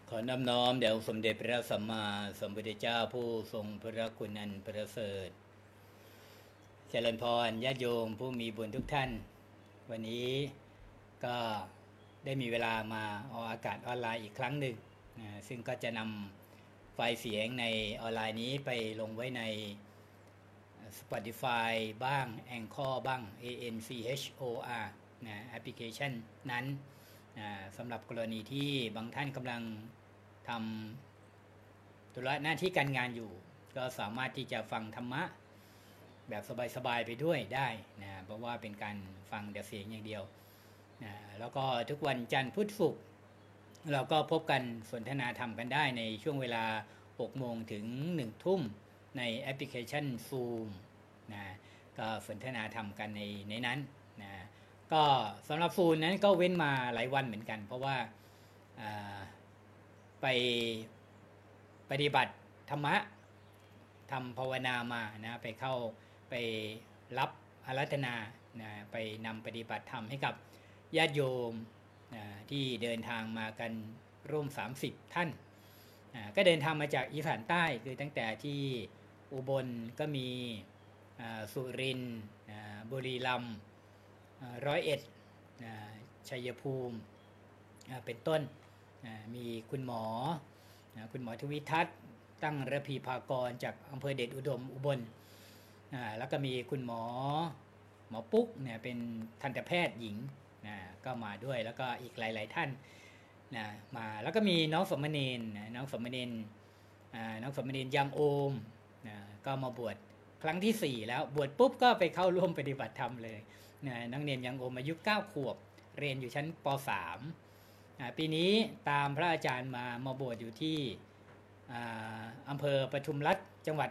ขอนอบน้อมแด่องค์สมเด็จพระสัมมาสัมพุทธเจ้าผู้ทรงพระคุณอันประเสริฐเจริญพรญาติโยมผู้มีบุญทุกท่านวันนี้ก็ได้มีเวลามาออกอากาศออนไลน์อีกครั้งหนึ่งซึ่งก็จะนำไฟล์เสียงในออนไลน์นี้ไปลงไว้ใน Spotify บ้าง Anchor บ้าง ANCHOR แอปพลิเคชันนั้นสำหรับกรณีที่บางท่านกำลังทำธุระหน้าที่การงานอยู่ก็สามารถที่จะฟังธรรมะแบบสบายๆไปด้วยได้นะเพราะว่าเป็นการฟังแต่เสียงอย่างเดียวนะแล้วก็ทุกวันจันทร์พุธศุกร์เราก็พบกันสนทนาธรรมกันได้ในช่วงเวลา 6 โมงถึง 1 ทุ่มในแอปพลิเคชัน Zoom นะก็สนทนาธรรมกันในนั้นนะก็สำหรับZoomนั้นก็เว้นมาหลายวันเหมือนกันเพราะว่าไปปฏิบัติธรรมะทำภาวนามานะไปรับอาราธนานะไปนำปฏิบัติธรรมให้กับญาติโยมนะที่เดินทางมากันร่วม30ท่านก็เดินทางมาจากอีสานใต้คือตั้งแต่ที่อุบลก็มีสุรินทร์บุรีรัมย์101ชัยภูมิเป็นต้นมีคุณหมอทวิทัศน์ตั้งระพีภากรจากอำเภอเดชอุดมอุบลแล้วก็มีคุณหมอปุ๊กเนี่ยเป็นทันตแพทย์หญิงก็มาด้วยแล้วก็อีกหลายๆท่านมาแล้วก็มีน้องสมณเณรน้องสมณเณรยังโอมก็มาบวชครั้งที่4แล้วบวชปุ๊บก็ไปเข้าร่วมปฏิบัติธรรมเลยน้องเนมยังโอมอายุ9 ขวบเรียนอยู่ชั้นป.3 ปีนี้ตามพระอาจารย์มาบวชอยู่ที่อำเภอปทุมรัฐจังหวัด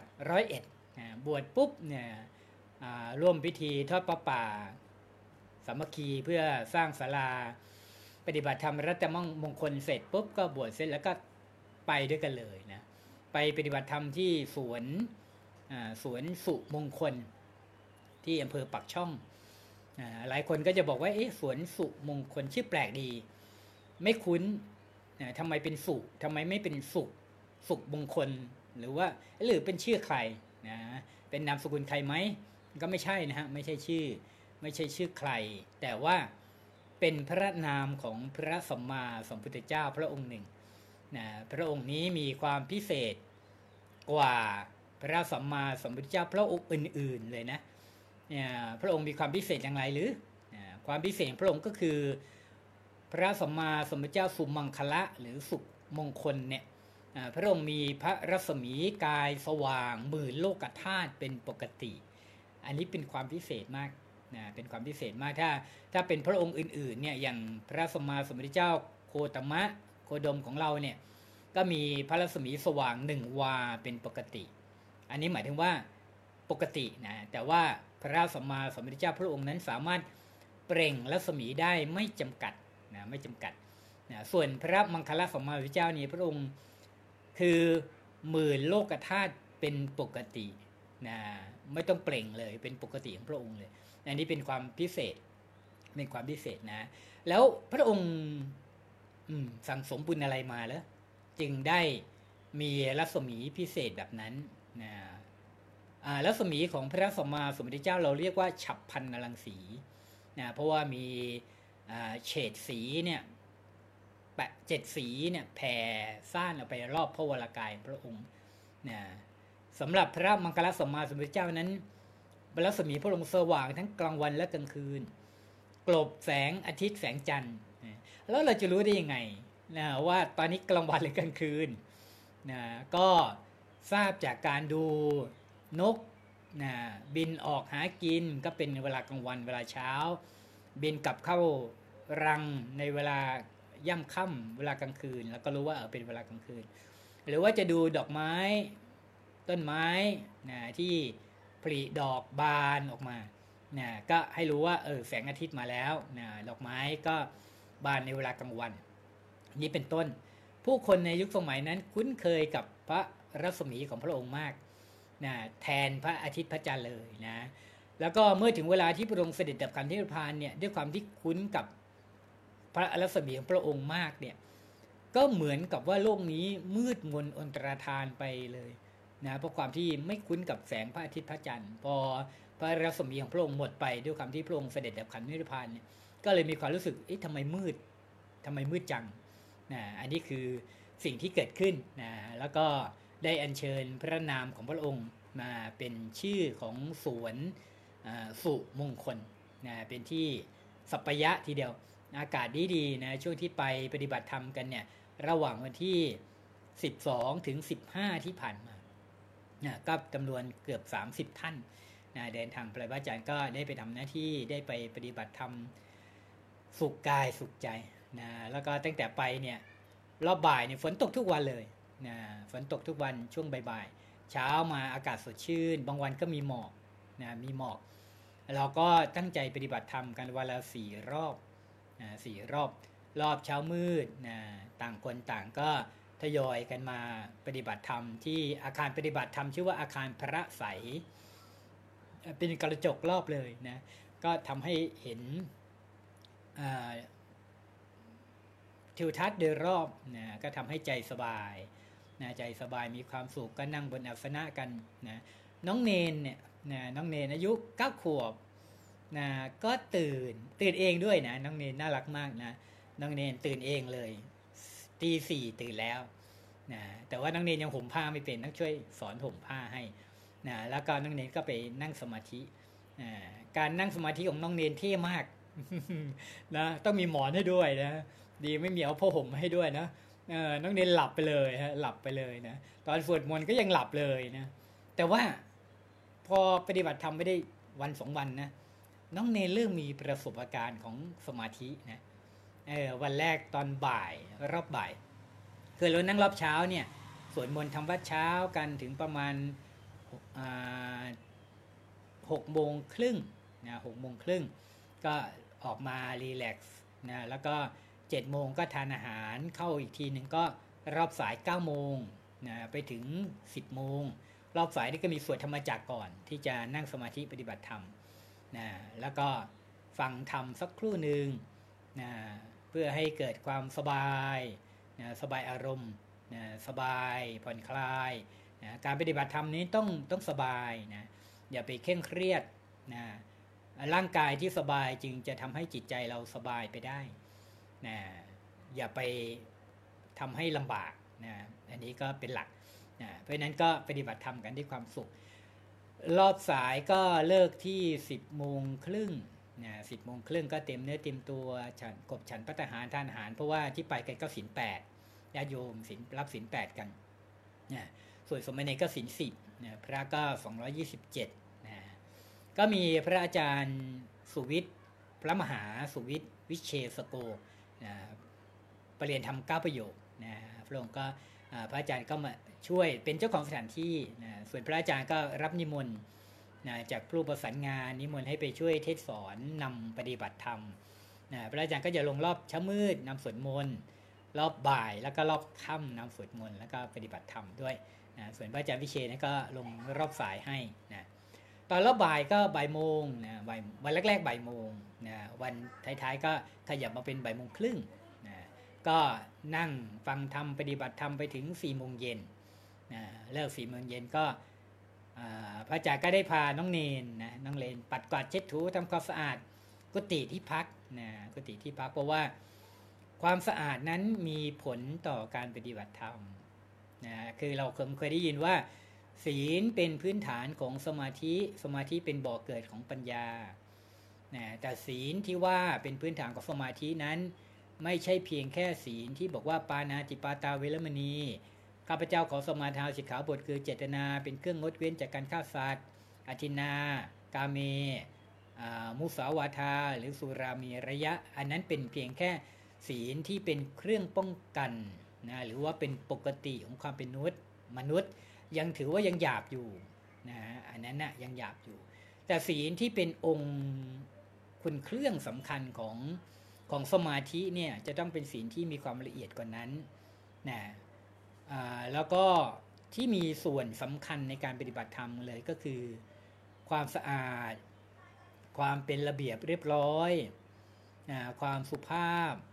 101บวชปุ๊บเนี่ยร่วมพิธีทอดประป่าสามัคคีเพื่อสร้างศาลาปฏิบัติธรรมรัตมงคลเสร็จปุ๊บก็บวชเสร็จแล้วก็ไปด้วยกันเลยนะไปปฏิบัติธรรมที่สวนสุมงคลที่อำเภอปักช่องหลายคนก็จะบอกว่าสวนสุมงคลชื่อแปลกดีไม่คุ้นทำไมเป็นสุทำไมไม่เป็นสุมงคลหรือเป็นชื่อใครนะเป็นนามสกุลใครไหมก็ไม่ใช่นะฮะไม่ใช่ชื่อใครแต่ว่าเป็นพระนามของพระสัมมาสัมพุทธเจ้าพระองค์หนึ่งนะพระองค์นี้มีความพิเศษกว่าพระสัมมาสัมพุทธเจ้าพระองค์อื่นๆเลยนะพระองค์มีความพิเศษอย่างไรหรือความพิเศษพระองค์ก็คือพระสัมมาสัมพุทธเจ้าสุมังคละหรือสุมงคลเนี่ยพระองค์มีพระรัศมีกายสว่างหมื่นโลกธาตุเป็นปกติอันนี้เป็นความพิเศษมากเป็นความพิเศษมากถ้าเป็นพระองค์อื่นๆเนี่ยอย่างพระสัมมาสัมพุทธเจ้าโคตมะโคดมของเราเนี่ยก็มีพระรัศมีสว่าง1 วาเป็นปกติอันนี้หมายถึงว่าปกตินะแต่ว่าพระสัมมาสัมพุทธเจ้าพระองค์นั้นสามารถเปล่งรัศมีได้ไม่จำกัดไม่จำกัดส่วนพระมังคลสัมมาสัมพุทธเจ้านี้พระองค์คือหมื่นโลกธาตุเป็นปกติไม่ต้องเปล่งเลยเป็นปกติของพระองค์เลยอันนี้เป็นความพิเศษนะแล้วพระองค์สั่งสมบุญอะไรมาแล้วจึงได้มีรัศมีพิเศษแบบนั้นรัศมีของพระสัมมาสัมพุทธเจ้าเราเรียกว่าฉัพพรรณรังสีเพราะว่ามีเฉดสีเนี่ย7 สีเนี่ยแผ่ซ่านออกไปรอบพระวรากายพระองค์สำหรับพระมังคลสัมมาสัมพุทธเจ้านั้นรัศมีพระองค์สว่างทั้งกลางวันและกลางคืนกลบแสงอาทิตย์แสงจันทร์แล้วเราจะรู้ได้ยังไงว่าตอนนี้กลางวันหรือกลางคืนก็ทราบจากการดูนกบินออกหากินก็เป็นเวลากลางวันเวลาเช้าบินกลับเข้ารังในเวลาย่ำค่ำเวลากลางคืนแล้วก็รู้ว่าเป็นเวลากลางคืนหรือว่าจะดูดอกไม้ต้นไม้ที่ผลิดอกบานออกมาก็ให้รู้ว่าแสงอาทิตย์มาแล้วดอกไม้ก็บานในเวลากลางวันนี้เป็นต้นผู้คนในยุคสมัยนั้นคุ้นเคยกับพระรัศมีของพระองค์มากแทนพระอาทิตย์พระจันทร์เลยนะแล้วก็เมื่อถึงเวลาที่พระองค์เสด็จดับขันธนิพพานเนี่ยด้วยความที่คุ้นกับพระรัศมีของพระองค์มากเนี่ยกก็เหมือนกับว่าโลกนี้มืดมนอนตรธานไปเลยนะเพราะความที่ไม่คุ้นกับแสงพระอาทิตย์พระจันทร์พอพระรัศมีของพระองค์หมดไปด้วยความที่พระองค์เสด็จดับขันธ์นิพพานเนี่ยก็เลยมีความรู้สึกเอ๊ะทำไมมืดจังนะอันนี้คือสิ่งที่เกิดขึ้นนะแล้วก็ได้อัญเชิญพระนามของพระองค์มาเป็นชื่อของสวนสุมงคลนะเป็นที่สัปยะทีเดียวอากาศดีๆนะช่วงที่ไปปฏิบัติธรรมกันเนี่ยระหว่างวันที่12 ถึง 15ที่ผ่านมานะก็จำนวนเกือบ30ท่านนะเดินทางไปพระอาจารย์ก็ได้ไปทำหน้าที่ได้ไปปฏิบัติธรรมสุขกายสุขใจนะแล้วก็ตั้งแต่ไปเนี่ยรอบบ่ายเนี่ยฝนตกทุกวันเลยนะฝนตกทุกวันช่วงบ่ายๆเช้ามาอากาศสดชื่นบางวันก็มีหมอกนะมีหมอกเราก็ตั้งใจปฏิบัติธรรมกันวันละ4 รอบนะ4 รอบเช้ามืดนะต่างคนต่างก็ทยอยกันมาปฏิบัติธรรมที่อาคารปฏิบัติธรรมชื่อว่าอาคารพระใสเป็นกระจกรอบเลยนะก็ทำให้เห็นทิวทัศน์โดยรอบนะก็ทำให้ใจสบายนะใจสบายมีความสุขก็นั่งบนอาสนะกันนะน้องเนนเนี่ยนะน้องเนนอายุ9 ขวบนะก็ตื่นเองด้วยนะน้องเนนน่ารักมากนะน้องเนนตื่นเองเลยตี 4ตื่นแล้วนะแต่ว่าน้องเนนยังห่มผ้าไม่เป็นต้องช่วยสอนห่มผ้าให้นะแล้วก็น้องเนนก็ไปนั่งสมาธิการนั่งสมาธิของน้องเนนเท่มาก นะต้องมีหมอนให้ด้วยนะดีไม่มีเอาผ้าห่มให้ด้วยนะน้องเนนหลับไปเลยฮะหลับไปเลยนะตอนสวดมนต์ก็ยังหลับเลยนะแต่ว่าพอปฏิบัติธรรมไม่ได้วัน2 วันนะน้องเนนเริ่มมีประสบการณ์ของสมาธินะวันแรกตอนบ่ายรอบบ่ายคือเรานั่งรอบเช้าเนี่ยสวดมนต์ทำวัดเช้ากันถึงประมาณ6:30นะ6:30ก็ออกมารีแลกซ์นะแล้วก็7:00ก็ทานอาหารเข้าอีกทีหนึ่งก็รอบสาย9:00นะไปถึง10:00รอบสายนี่ก็มีสวดธรรมจักรก่อนที่จะนั่งสมาธิปฏิบัติธรรมนะแล้วก็ฟังธรรมสักครู่หนึ่งนะเพื่อให้เกิดความสบายนะสบายอารมณ์นะสบายผ่อนคลายนะการปฏิบัติธรรมนี้ต้องสบายนะอย่าไปเคร่งเครียดนะร่างกายที่สบายจึงจะทำให้จิตใจเราสบายไปได้นะอย่าไปทำให้ลำบากนะอันนี้ก็เป็นหลักนะเพราะฉะนั้นก็ปฏิบัติธรรมกันด้วยความสุขรอบสายก็เลิกที่10:30นะ10:30ก็เต็มเนื้อเต็มตัวฉันภัตตาหารทานอาหารเพราะว่าที่ไปกันก็ศีล 8ญาติโยมรับศีล 8กันนะส่วนสมณเณรก็ศีล 10นะพระก็227นะก็มีพระอาจารย์สุวิทย์พระมหาสุวิทย์วิเชษโกนะประเรียนธรรม9 ประโยคนะพระองค์ก็พระอาจารย์ก็มาช่วยเป็นเจ้าของสถานที่นะส่วนพระอาจารย์ก็รับนิมนต์นะจากผู้ประสานงานนิมนต์ให้ไปช่วยเทศสอนนำปฏิบัติธรรมนะพระอาจารย์ก็จะลงรอบเช้ามืดนำสวดมนต์รอบบ่ายแล้วก็รอบค่ำนำสวดมนต์แล้วก็ปฏิบัติธรรมด้วยนะส่วนพระอาจารย์วิเชษฐ์ก็ลงรอบสายให้นะตอนรอบบ่ายก็บ่ายโมงนะวันแรกๆบ่ายโมงนะวันท้ายๆก็ขยับมาเป็นบ่ายโมงครึ่งนะก็นั่งฟังธรรมปฏิบัติธรรมไปถึง4:00นะเลิก4:00ก็พระอาจารย์ก็ได้พาน้องเนนนะน้องเลนปัดกวาดเช็ดถูทำความสะอาดกุฏิที่พักนะกุฏิที่พักเพราะว่าความสะอาดนั้นมีผลต่อการปฏิบัติธรรมนะคือเราเคยได้ยินว่าศีลเป็นพื้นฐานของสมาธิเป็นบ่อเกิดของปัญญานะแต่ศีลที่ว่าเป็นพื้นฐานของสมาธินั้นไม่ใช่เพียงแค่ศีลที่บอกว่าปาณาติปาตาเวรมณีข้าพเจ้าขอสมาทานสิกขาบทคือเจตนาเป็นเครื่องงดเว้นจากการฆ่าสัตว์อทินากาเมมุสาวาทาหรือสุรามีระยะอันนั้นเป็นเพียงแค่ศีลที่เป็นเครื่องป้องกันนะหรือว่าเป็นปกติของความเป็นมนุษย์ยังถือว่ายังหยาบอยู่นะอันนั้นนะยังหยาบอยู่แต่ศีลที่เป็นองค์คุณเครื่องสำคัญของสมาธิเนี่ยจะต้องเป็นศีลที่มีความละเอียดกว่านั้นนะแล้วก็ที่มีส่วนสำคัญในการปฏิบัติธรรมเลยก็คือความสะอาดความเป็นระเบียบเรียบร้อยความสุภาพ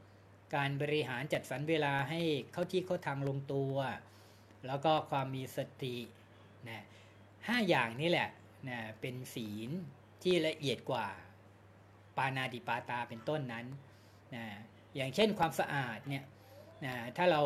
การบริหารจัดสรรเวลาให้เข้าที่เข้าทางลงตัวแล้วก็ความมีสตินะ5 อย่างนี้แหละนะเป็นศีลที่ละเอียดกว่าปานาติปาตาเป็นต้นนั้นนะอย่างเช่นความสะอาดเนี่ยนะถ้าเรา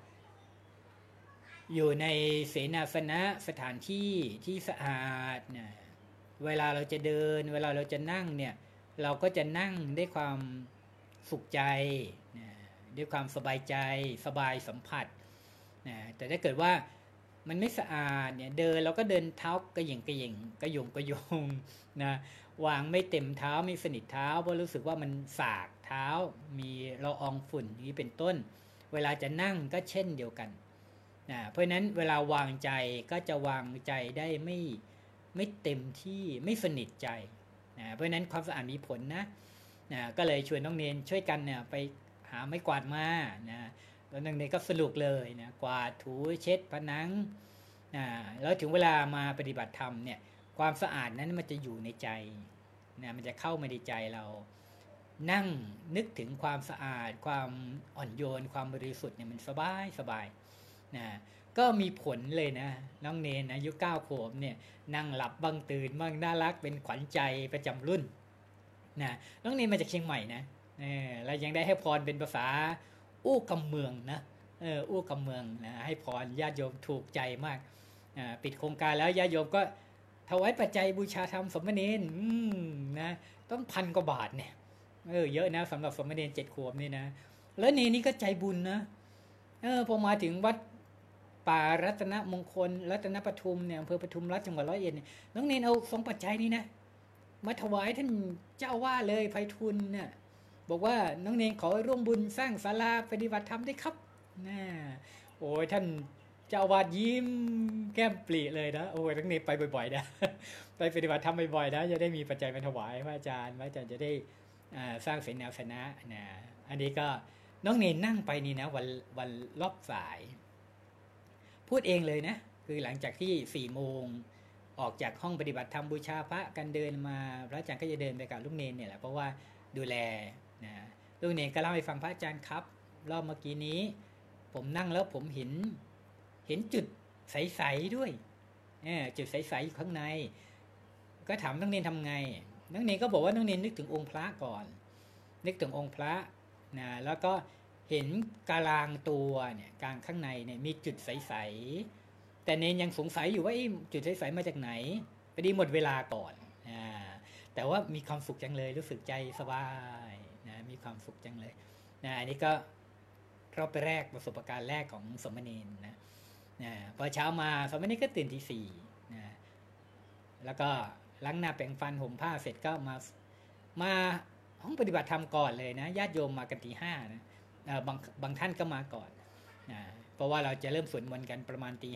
อยู่ในเสนาสนะสถานที่ที่สะอาดนะเวลาเราจะเดินเวลาเราจะนั่งเนี่ยเราก็จะนั่งด้วยความสุขใจนะด้วยความสบายใจสบายสัมผัสนะแต่ถ้าเกิดว่ามันไม่สะอาดเนี่ยเดินเราก็เดินเท้ากระเหย่งกระเหย่งกระยงกระยงนะวางไม่เต็มเท้าไม่สนิทเท้าเพราะรู้สึกว่ามันสากเท้ามีละอองฝุ่นอย่างนี้เป็นต้นเวลาจะนั่งก็เช่นเดียวกันนะเพราะนั้นเวลาวางใจก็จะวางใจได้ไม่เต็มที่ไม่สนิทใจนะเพราะนั้นความสะอาดมีผลนะก็เลยชวนน้องเนนช่วยกันเนี่ยไปหาไม้กวาดมานะแล้วน้องเนนก็สนุกเลยนะกวาดถูเช็ดผนังแล้วถึงเวลามาปฏิบัติธรรมเนี่ยความสะอาดนั้นมันจะอยู่ในใจนะมันจะเข้ามาในใจเรานั่งนึกถึงความสะอาดความอ่อนโยนความบริสุทธิ์เนี่ยมันสบายนะก็มีผลเลยนะน้องเนนอายุ9 ขวบเนี่ยนั่งหลับบ้างตื่นบ้างน่ารักเป็นขวัญใจประจำรุ่นนะน้องเนนมาจากเชียงใหม่นะแล้วยังได้ให้พรเป็นภาษาอู้กำเมืองนะอู้กำเมืองนะให้พรญาติโยมถูกใจมากปิดโครงการแล้วญาติโยมก็ถวายปัจจัยบูชาธรรมสมณเณรนะต้อง1,000 กว่าบาทเนี่ยเยอะนะสำหรับสมณเณร7 ขวบนี่นะแล้วเนรนี่ก็ใจบุญนะพอมาถึงวัดป่ารัตนมงคลรัตนปทุมเนี่ยอำเภอปทุมราชจังหวัด101เนี่ยน้องเนรเอาสมปัจจัยนี้นะมาถวายท่านเจ้าว่าเลยไพฑูรย์เนี่ยบอกว่าน้องเนรขอร่วมบุญสร้างศาลาปฏิบัติธรรมได้ครับนะโอ้ยท่านเจ้าวาดยิ้มแก้มปรีเลยนะโอ้ยน้องเนรไปบ่อยๆนะไปปฏิบัติธรรมบ่อยๆนะจะได้มีปัจจัยมาถวายพระอาจารย์จะได้สร้างเสนาสนะนะอันนี้ก็น้องเนรนั่งไปนี่นะวันรอบสายพูดเองเลยนะคือหลังจากที่4 โมงออกจากห้องปฏิบัติธรรมบูชาพระกันเดินมาพระอาจารย์ก็จะเดินไปกับลูกเนรเนี่ยแหละเพราะว่าดูแลนะลูกเนรก็เล่าให้ฟังพระอาจารย์ครับรอบเมื่อกี้นี้ผมนั่งแล้วผมเห็นจุดใสๆด้วยจุดใสๆอยู่ข้างในก็ถามน้องเนรทำไงน้องเนรก็บอกว่าน้องเนรนึกถึงองค์พระก่อนนึกถึงองค์พระนะแล้วก็เห็นกลางตัวเนี่ยกลางข้างในเนี่ยมีจุดใสๆแต่เนรยังสงสัยอยู่ว่าจุดใสๆมาจากไหนพอดีหมดเวลาก่อนแต่ว่ามีความสุขจังเลยรู้สึกใจสบายนะมีความสุขจังเลยนะอันนี้ก็รอบแรกประสบการณ์แรกของสมณเณรนะพอเช้ามาสมณเณรก็ตื่นที่4นะแล้วก็ล้างหน้าแปรงฟันห่มผ้าเสร็จก็มาห้องปฏิบัติธรรมก่อนเลยนะญาติโยมมากันตี 5นะบางท่านก็มาก่อนเพราะว่าเราจะเริ่มสวดมนต์กันประมาณตี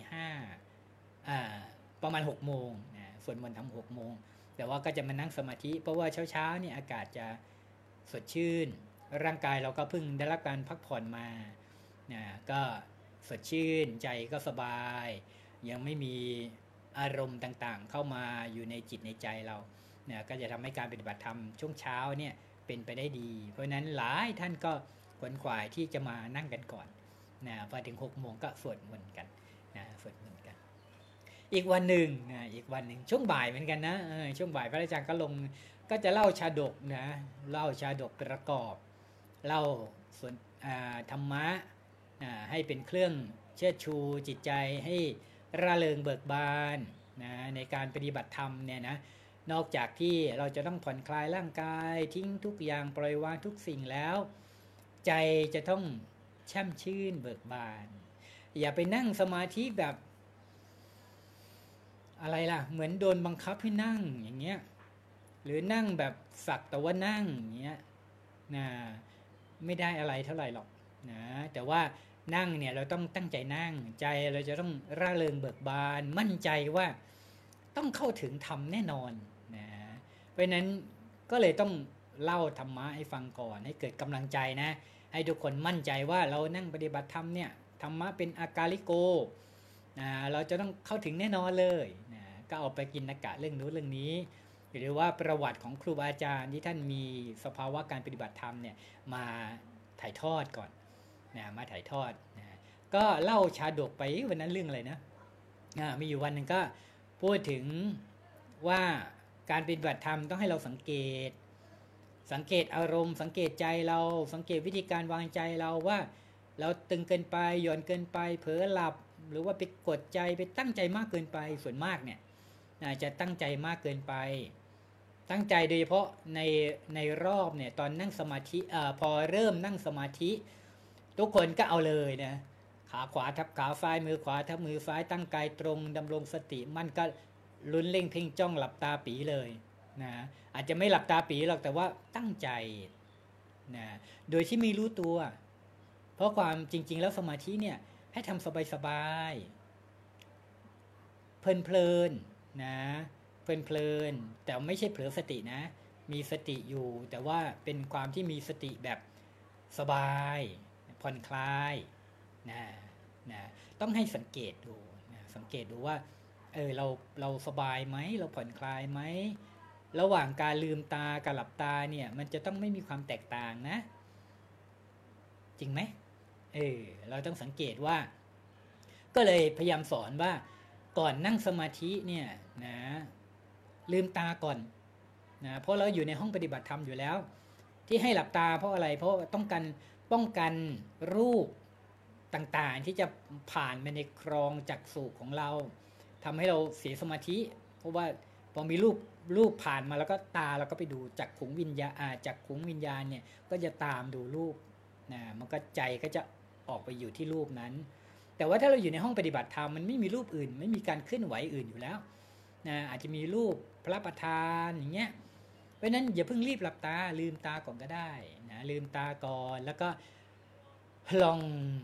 5ประมาณ6 โมงสวดมนต์ทำ6 โมงแต่ว่าก็จะมานั่งสมาธิเพราะว่าเช้านี่อากาศจะสดชื่นร่างกายเราก็เพิ่งได้รับการพักผ่อนมาก็สดชื่นใจก็สบายยังไม่มีอารมณ์ต่างๆเข้ามาอยู่ในจิตในใจเราก็จะทำให้การปฏิบัติธรรมช่วงเช้าเนี่ยเป็นไปได้ดีเพราะนั้นหลายท่านก็ขวนขวายที่จะมานั่งกันก่อนพอถึง6 โมงก็สวดมนต์กันสวดมนต์กันอีกวันหนึ่งช่วงบ่ายเหมือนกันนะช่วงบ่ายพระอาจารย์ก็ลงก็จะเล่าชาดกนะเล่าชาดกประกอบเล่าส่วนธรรมะให้เป็นเครื่องเชิดชูจิตใจให้ร่าเริงเบิกบานในการปฏิบัติธรรมเนี่ยนะนอกจากที่เราจะต้องผ่อนคลายร่างกายทิ้งทุกอย่างปล่อยวางทุกสิ่งแล้วใจจะต้องแช่มชื่นเบิกบานอย่าไปนั่งสมาธิแบบอะไรล่ะเหมือนโดนบังคับให้นั่งอย่างเงี้ยหรือนั่งแบบสักแต่ว่านั่งอย่างเงี้ยไม่ได้อะไรเท่าไหร่หรอกนะแต่ว่านั่งเนี่ยเราต้องตั้งใจนั่งใจเราจะต้องร่าเริงเบิกบานมั่นใจว่าต้องเข้าถึงธรรมแน่นอนนะเพราะนั้นก็เลยต้องเล่าธรรมะให้ฟังก่อนให้เกิดกำลังใจนะให้ทุกคนมั่นใจว่าเรานั่งปฏิบัติธรรมเนี่ยธรรมะเป็นอากาลิโกเราจะต้องเข้าถึงแน่นอนเลยนะก็เอาไปกินนักกะเรื่องนู้นเรื่องนี้หรือว่าประวัติของครูบาอาจารย์ที่ท่านมีสภาวะการปฏิบัติธรรมเนี่ยมาถ่ายทอดก่อนนะมาถ่ายทอดนะก็เล่าชาดกไปวันนั้นเรื่องอะไรนะมีอยู่วันหนึ่งก็พูดถึงว่าการปฏิบัติธรรมต้องให้เราสังเกตอารมณ์สังเกตใจเราสังเกตวิธีการวางใจเราว่าเราตึงเกินไปหย่อนเกินไปเผลอหลับหรือว่าไปกดใจไปตั้งใจมากเกินไปส่วนมากเนี่ยจะตั้งใจมากเกินไปตั้งใจโดยเฉพาะในรอบเนี่ยตอนนั่งสมาธิพอเริ่มนั่งสมาธิทุกคนก็เอาเลยนะขาขวาทับขาซ้ายมือขวาทับมือซ้ายตั้งกายตรงดำรงสติมั่นก็ลุ้นเล่งเพ่งจ้องหลับตาปีเลยนะอาจจะไม่หลับตาปีหรอกแต่ว่าตั้งใจนะโดยที่ไม่รู้ตัวเพราะความจริงๆแล้วสมาธิเนี่ยให้ทำสบายๆเพลินๆนะเพลินๆแต่ไม่ใช่เผลอสตินะมีสติอยู่แต่ว่าเป็นความที่มีสติแบบสบายผ่อนคลายนะต้องให้สังเกตดูนะสังเกตดูว่าเราสบายไหมเราผ่อนคลายไหมระหว่างการลืมตากับหลับตาเนี่ยมันจะต้องไม่มีความแตกต่างนะจริงไหมเราต้องสังเกตว่าก็เลยพยายามสอนว่าก่อนนั่งสมาธิเนี่ยนะลืมตาก่อนนะเพราะเราอยู่ในห้องปฏิบัติธรรมอยู่แล้วที่ให้หลับตาเพราะอะไรเพราะต้องการป้องกันรูปต่างๆที่จะผ่านไปในครองจักษุของเราทำให้เราเสียสมาธิเพราะว่าพอมีรูปผ่านมาแล้วก็ตาเราก็ไปดูจักขุงวิญญาณจักขุงวิญญาณเนี่ยก็จะตามดูรูปนะมันก็ใจก็จะออกไปอยู่ที่รูปนั้นแต่ว่าถ้าเราอยู่ในห้องปฏิบัติธรรมมันไม่มีรูปอื่นไม่มีการเคลื่อนไหวอื่นอยู่แล้วนะอาจจะมีรูปพระประธานอย่างเงี้ยเพราะนั้นอย่าเพิ่งรีบหลับตาลืมตาก่อนก็ได้นะลืมตาก่อนแล้วก็ลอง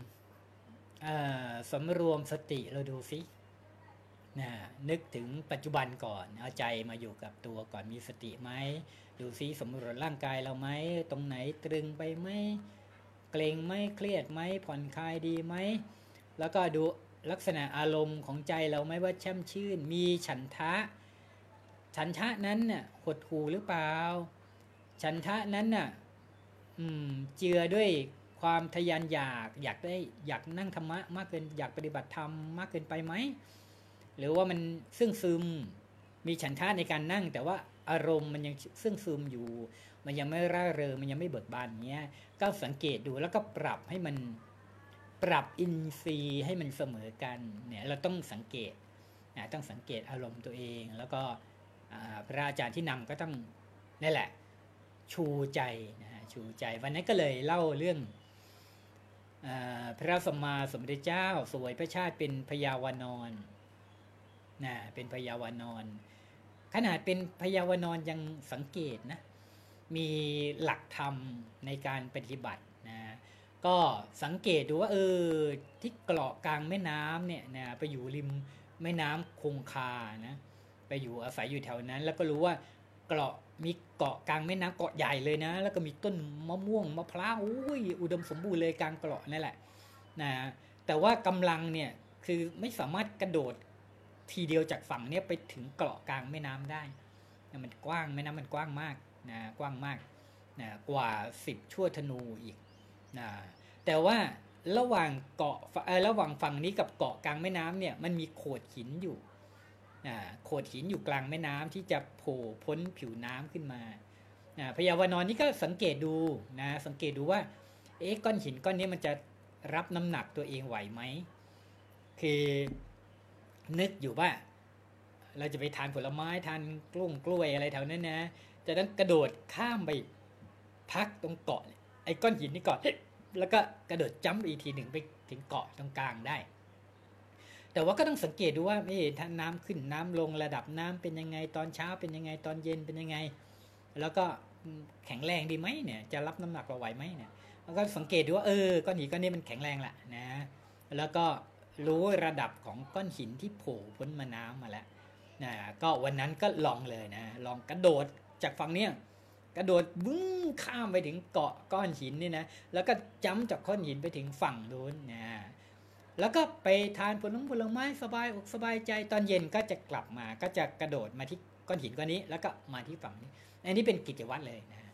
สำรวมสติเราดูสินะนึกถึงปัจจุบันก่อนเอาใจมาอยู่กับตัวก่อนมีสติไหมดูสิสำรวจร่างกายเราไหมตรงไหนตรึงไปไหมเกร็งไหมเครียดไหมผ่อนคลายดีไหมแล้วก็ดูลักษณะอารมณ์ของใจเราไหมว่าแช่มชื่นมีฉันทะนั้นน่ะหดหู่หรือเปล่าฉันทะนั้นน่ะเจือด้วยความทยานอยากนั่งธรรมะมากเกินอยากปฏิบัติธรรมมากเกินไปไหมหรือว่ามันซึมมีฉันทะในการนั่งแต่ว่าอารมณ์มันยังซึมอยู่มันยังไม่ร่าเริงมันยังไม่เบิกบานเงี้ยก็สังเกตดูแล้วก็ปรับให้มันปรับอินทรีย์ให้มันเสมอกันเนี่ยเราต้องสังเกตต้องสังเกตอารมณ์ตัวเองแล้วก็พระอาจารย์ที่นำก็ต้องนี่แหละชูใจชูใจวันนั้นก็เลยเล่าเรื่องพระสัมมาสัมพุทธเจ้าสวยพระชาติเป็นพยาวานรเป็นพยาวานรขนาดเป็นพยาวานรยังสังเกตนะมีหลักธรรมในการปฏิบัตินะก็สังเกตดูว่าที่เกาะกลางแม่น้ำเนี่ยนะไปอยู่ริมแม่น้ำคงคานะไปอยู่อาศัยอยู่แถวนั้นแล้วก็รู้ว่ามีเกาะกลางแม่น้ำเกาะใหญ่เลยนะแล้วก็มีต้นมะม่วงมะพร้าวอุดมสมบูรณ์เลยกลางเกาะนั่นแหละนะแต่ว่ากำลังเนี่ยคือไม่สามารถกระโดดทีเดียวจากฝั่งนี้ไปถึงเกาะกลางแม่น้ำได้นะมันกว้างแม่น้ำมันกว้างมากนะกว้างมากนะกว่า10 ชั่วธนูอีกนะแต่ว่าระหว่างฝั่งนี้กับเกาะกลางแม่น้ำเนี่ยมันมีโขดหินอยู่โขดหินอยู่กลางแม่น้ำที่จะโผล่พ้นผิวน้ำขึ้นมาพยาวานรนี่ก็สังเกตดูนะสังเกตดูว่าก้อนหินก้อนนี้มันจะรับน้ำหนักตัวเองไหวไหมคือนึกอยู่ว่าเราจะไปทานผลไม้ทานกล้วยอะไรแถวนั้นนะจะต้องกระโดดข้ามไปพักตรงเกาะไอ้ก้อนหินนี่ก่อนแล้วก็กระโดดจัมป์อีกทีหนึ่งไปถึงเกาะตรงกลางได้แต่ว่าก็ต้องสังเกตดูว่าถ้าน้ำขึ้นน้ำลงระดับน้ำเป็นยังไงตอนเช้าเป็นยังไงตอนเย็นเป็นยังไงแล้วก็แข็งแรงดีไหมเนี่ยจะรับน้ำหนักเราไหวไหมเนี่ยแล้วก็สังเกตดูว่าก้อนหินก้อนนี้มันแข็งแรงแหละนะแล้วก็รู้ระดับของก้อนหินที่โผล่พ้นมาน้ำมาแล้วนะก็วันนั้นก็ลองเลยนะลองกระโดดจากฝั่งเนี้ยกระโดดบึ้งข้ามไปถึงเกาะก้อนหินนี่นะแล้วก็จ้ำจากก้อนหินไปถึงฝั่งนู้นนะแล้วก็ไปทานผลไม้สบายอกสบายใจตอนเย็นก็จะกลับมาก็จะกระโดดมาที่ก้อนหินก้อนนี้แล้วก็มาที่ฝั่งนี้อันนี้เป็นกิจวัตรเลยนะ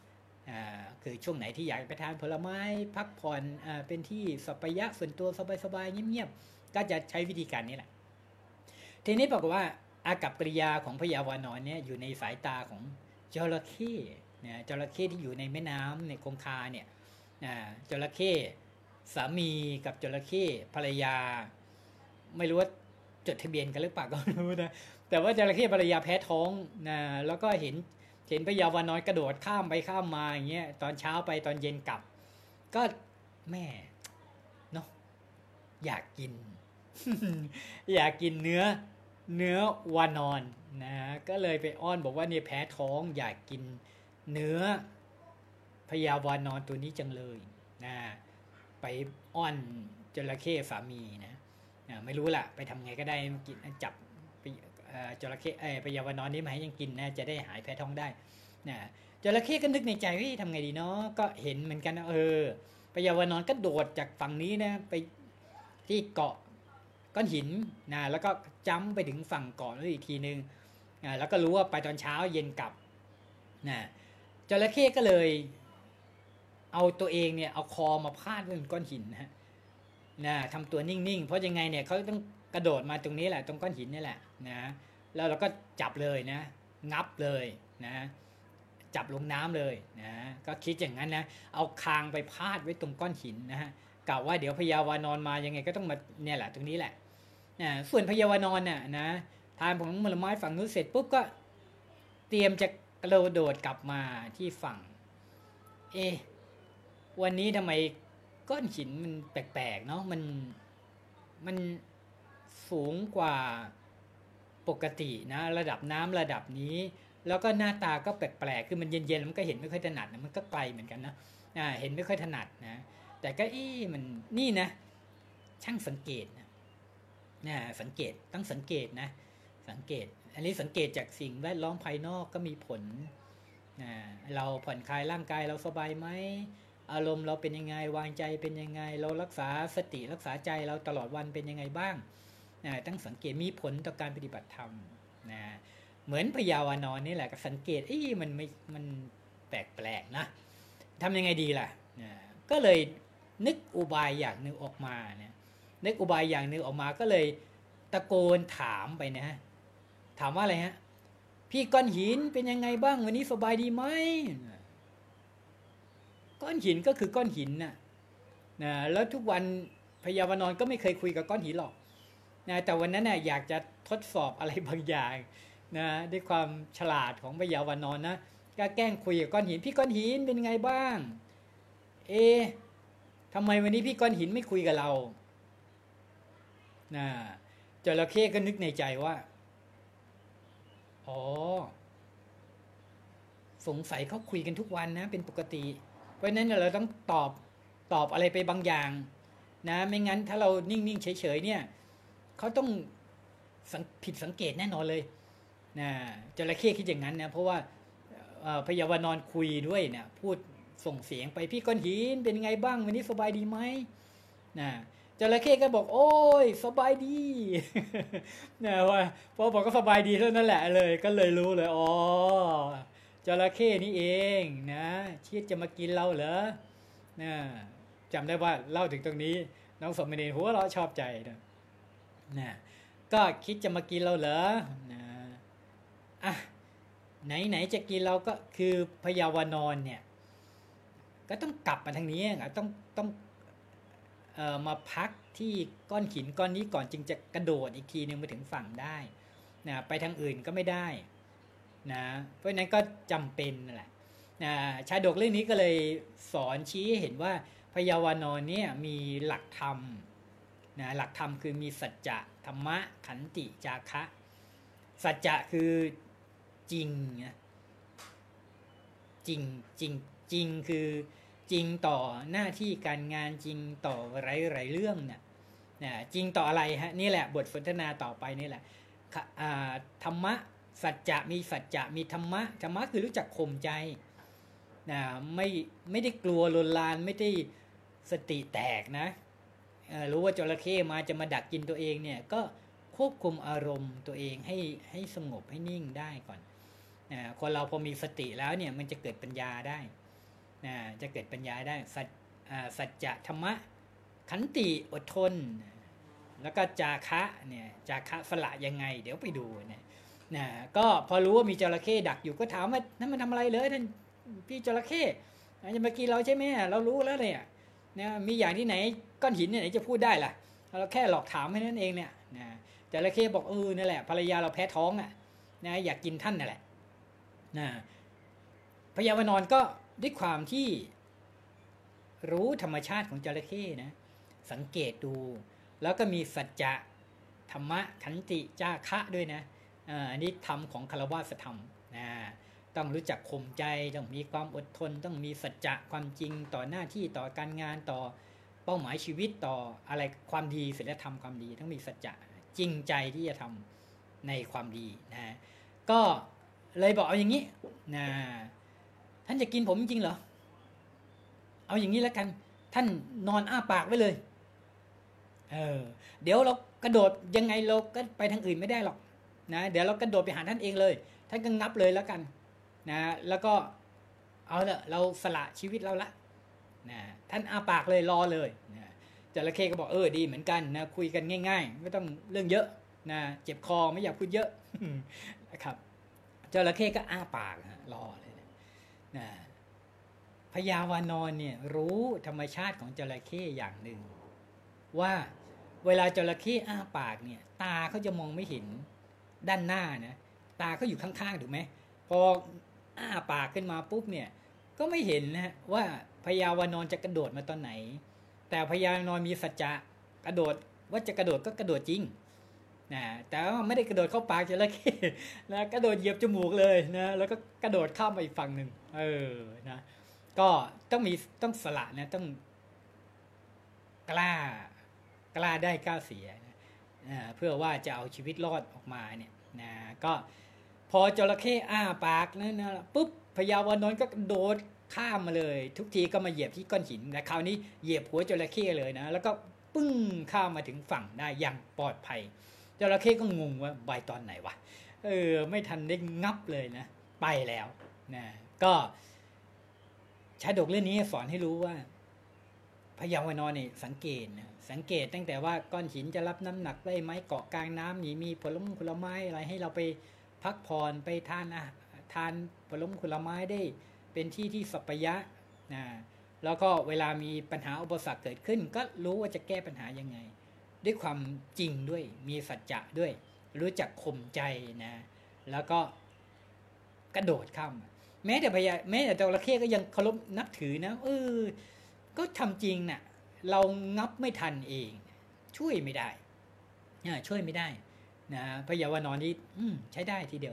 คือช่วงไหนที่อยากไปทานผลไม้พักผ่อนเป็นที่สัปยะส่วนตัวสบายๆเงียบๆก็จะใช้วิธีการนี้แหละทีนี้บอกว่าอากัปกิริยาของพญาวานอนเนี่ยอยู่ในสายตาของจระเข้นะจระเข้ที่อยู่ในแม่น้ำในคงคาเนี่ยจระเข้สามีกับจระเข้ภรรยาไม่รู้ว่าจดทะเบียนกันหรือเปล่าก็ไม่รู้นะแต่ว่าจระเข้ภรรยาแพ้ท้องนะแล้วก็เห็นพญาวานอนกระโดดข้ามไปข้ามมาอย่างเงี้ยตอนเช้าไปตอนเย็นกลับก็แม่เนาะอยากกิน อยากกินเนื้อวานอนนะก็เลยไปอ้อนบอกว่าเนี่ยแพ้ท้องอยากกินเนื้อพญาวานอนตัวนี้จังเลยนะไปอ้อนจระเข้สามีนะไม่รู้ล่ะไปทำไงก็ได้กินจับจระเข้พญาวานอนนี้มาให้ยังกินนะจะได้หายแพ้ท้องได้นะจระเข้ก็นึกในใจว่าทำไงดีเนาะก็เห็นเหมือนกันนะพญาวานอนก็โดดจากฝั่งนี้นะไปที่เกาะก้อนหินนะแล้วก็จ้ำไปถึงฝั่งเกาะแล้วอีกทีนึงแล้วก็รู้ว่าไปตอนเช้าเย็นกลับนะจระเข้ก็เลยเอาตัวเองเนี่ยเอาคอมาพาดไว้บนก้อนหินนะทำตัวนิ่งๆเพราะยังไงเนี่ยเขาต้องกระโดดมาตรงนี้แหละตรงก้อนหินนี่แหละนะแล้วเราก็จับเลยนะงับเลยนะจับลงน้ำเลยนะก็คิดอย่างนั้นนะเอาคางไปพาดไว้ตรงก้อนหินนะฮะกล่าวว่าเดี๋ยวพญาวานอนมายังไงก็ต้องมาเนี่ยแหละตรงนี้แหละส่วนพญาวานอนน่ะนะทานผลไม้ฝั่งนู้นเสร็จปุ๊บก็เตรียมจะกระโดดกลับมาที่ฝั่งวันนี้ทำไมก้อนหินมันแปลกๆเนาะมันสูงกว่าปกตินะระดับน้ำระดับนี้แล้วก็หน้าตาก็แปลกๆคือมันเย็นๆมันก็เห็นไม่ค่อยถนัดนะมันก็ไกลเหมือนกันนะเห็นไม่ค่อยถนัดนะแต่ก็มันนี่นะช่างสังเกตนะสังเกตต้องสังเกตนะสังเกตอันนี้สังเกตจากสิ่งแวดล้อมภายนอกก็มีผลเราผ่อนคลายร่างกายเราสบายไหมอารมณ์เราเป็นยังไงวางใจเป็นยังไงเรารักษาสติรักษาใจเราตลอดวันเป็นยังไงบ้างต้องสังเกตมีผลต่อการปฏิบัติธรรมนะเหมือนพญาวานอนนี่แหละก็สังเกตมันแปลกๆนะทำยังไงดีล่ะก็เลยนึกอุบายอย่างนึงออกมาเนี่ยนึกอุบายอย่างนึงออกมาก็เลยตะโกนถามไปนะถามว่าอะไรฮะพี่ก้อนหินเป็นยังไงบ้างวันนี้สบายดีไหมก้อนหินก็คือก้อนหินนะแล้วทุกวันพญาวานอนก็ไม่เคยคุยกับก้อนหินหรอกนะแต่วันนั้นน่ะอยากจะทดสอบอะไรบางอย่างนะด้วยความฉลาดของพญาวานอนนะก็แกล้งคุยกับก้อนหินพี่ก้อนหินเป็นไงบ้างทำไมวันนี้พี่ก้อนหินไม่คุยกับเรานะจระเข้ก็นึกในใจว่าสงสัยเขาคุยกันทุกวันนะเป็นปกติเพราะนั้นเราต้องตอบอะไรไปบางอย่างนะไม่งั้นถ้าเรานิ่งๆเฉยๆเนี่ยเขาต้องผิดสังเกตแน่นอนเลยนะจระเข้คิดอย่างนั้นนะเพราะว่าพญาวานอนคุยด้วยเนี่ยพูดส่งเสียงไปพี่ก้อนหินเป็นไงบ้างวันนี้สบายดีไหมนะจระเข้ก็บอกโอ้ยสบายดีนะว่าพอบอกก็สบายดีเท่านั้นแหละเลยก็เลยรู้เลยจระเข้นี่เองนะคิดจะมากินเราเหรอนะจำได้ว่าเล่าถึงตรงนี้น้องสมณีหัวเราะชอบใจนะก็คิดจะมากินเราเหรอนะไหนจะกินเราก็คือพญาวานอนเนี่ยก็ต้องกลับมาทางนี้ต้องมาพักที่ก้อนหินก้อนนี้ก่อนจึงจะกระโดดอีกทีนึงไปถึงฝั่งได้นะไปทางอื่นก็ไม่ได้นะเพราะนั้นก็จำเป็นแหละนะชาดกเรื่องนี้ก็เลยสอนชี้ให้เห็นว่าพญาวานอนเนี่ยมีหลักธรรมนะหลักธรรมคือมีสัจจะธรรมะขันติจาคะสัจจะคือจริงนะจริงคือจริงต่อหน้าที่การงานจริงต่อหลายเรื่องเนี่ยจริงต่ออะไรฮะนี่แหละบทสนทนาต่อไปนี่แหละธรรมะสัจจะมีสัจจะมีธรรมะคือรู้จักข่มใจไม่ได้กลัวลนลานไม่ได้สติแตกนะรู้ว่าจระเข้มาจะมาดักกินตัวเองเนี่ยก็ควบคุมอารมณ์ตัวเองให้สงบให้นิ่งได้ก่อนคนเราพอมีสติแล้วเนี่ยมันจะเกิดปัญญาได้จะเกิดปัญญาได้สัจจะธรรมะขันติอดทนแล้วก็จาคะเนี่ยจาคะสละยังไงเดี๋ยวไปดูนะก็พอรู้ว่ามีจระเข้ดักอยู่ก็ถามว่านั่นมันทำอะไรเลยท่านพี่จระเข้จะมากินเราใช่ไหมเรารู้แล้วเนี่ยมีอย่างที่ไหนก้อนหินไหนจะพูดได้ล่ะเราแค่หลอกถามแค่นั้นเองเนี่ยจระเข้บอกนั่นแหละภรรยาเราแพ้ท้องอยากกินท่านนั่นแหละพญาวานรก็ด้วยความที่รู้ธรรมชาติของจระเข้นะสังเกตดูแล้วก็มีสัจจะธรรมะขันติจาคะด้วยนะอันนี้ธรรมของคารวะธรรมต้องรู้จักข่มใจต้องมีความอดทนต้องมีสัจจะความจริงต่อหน้าที่ต่อการงานต่อเป้าหมายชีวิตต่ออะไรความดีศีลธรรมความดีต้องมีสัจจะจริงใจที่จะทำในความดีก็เลยบอกเอาอย่างนี้ท่านจะกินผมจริงเหรอเอาอย่างนี้แล้วกันท่านนอนอ้าปากไว้เลยเดี๋ยวเรากระโดดยังไงเราก็ไปทางอื่นไม่ได้หรอกเดี๋ยวเรากระโดดไปหาท่านเองเลยท่านก็งับเลยแล้วกันแล้วก็เอาละเราสละชีวิตเราละท่านอ้าปากเลยรอเลยจระเข้ก็บอกดีเหมือนกันคุยกันง่ายๆไม่ต้องเรื่องเยอะเจ็บคอไม่อยากพูดเยอะนะครับจระเข้ก็อ้าปากรอเลยพญาวานรเนี่ยรู้ธรรมชาติของจระเข้อย่างหนึ่งว่าเวลาจระเข้อ้าปากเนี่ยตาเขาจะมองไม่เห็นด้านหน้านะตาเขาอยู่ข้างๆถูกไหมพออ้าปากขึ้นมาปุ๊บเนี่ยก็ไม่เห็นนะว่าพญาวานรจะกระโดดมาตอนไหนแต่พญาวานรมีสัจจะกระโดดว่าจะกระโดดก็กระโดดจริงแต่ว่าไม่ได้กระโดดเข้าปากจระเข้นะกระโดดเหยียบจมูกเลยนะแล้วก็กระโดดข้ามไปอีกฝั่งหนึ่งนะก็ต้องสละนะต้องกล้าได้กล้าเสียเพื่อว่าจะเอาชีวิตรอดออกมาเนี่ยก็พอจระเข้อ้าปากนั่นนะปุ๊บพญาวานรก็โดดข้ามมาเลยทุกทีก็มาเหยียบที่ก้อนหินแต่คราวนี้เหยียบหัวจระเข้เลยนะแล้วก็ปึ้งข้ามมาถึงฝั่งได้อย่างปลอดภัยจระเข้ก็งงว่าใบตอนไหนวะไม่ทันได้งับเลยนะไปแล้วก็ชาดกเรื่องนี้สอนให้รู้ว่าพญาวานรเนี่ยสังเกตตั้งแต่ว่าก้อนหินจะรับน้ำหนักได้ไหมเกาะกลางน้ำมีผลไม้อะไรให้เราไปพักผ่อนไปทานผลไม้ได้เป็นที่สัปยะแล้วก็เวลามีปัญหาอุปสรรคเกิดขึ้นก็รู้ว่าจะแก้ปัญหายังไงด้วยความจริงด้วยมีสัจจะด้วยรู้จักข่มใจแล้วก็กระโดดข้ามแม้แต่จระเข้ก็ยังเคารพนับถือนะก็ทำจริงน่ะเรางับไม่ทันเองช่วยไม่ได้พญาวานรนี่ใช้ได้ทีเดียว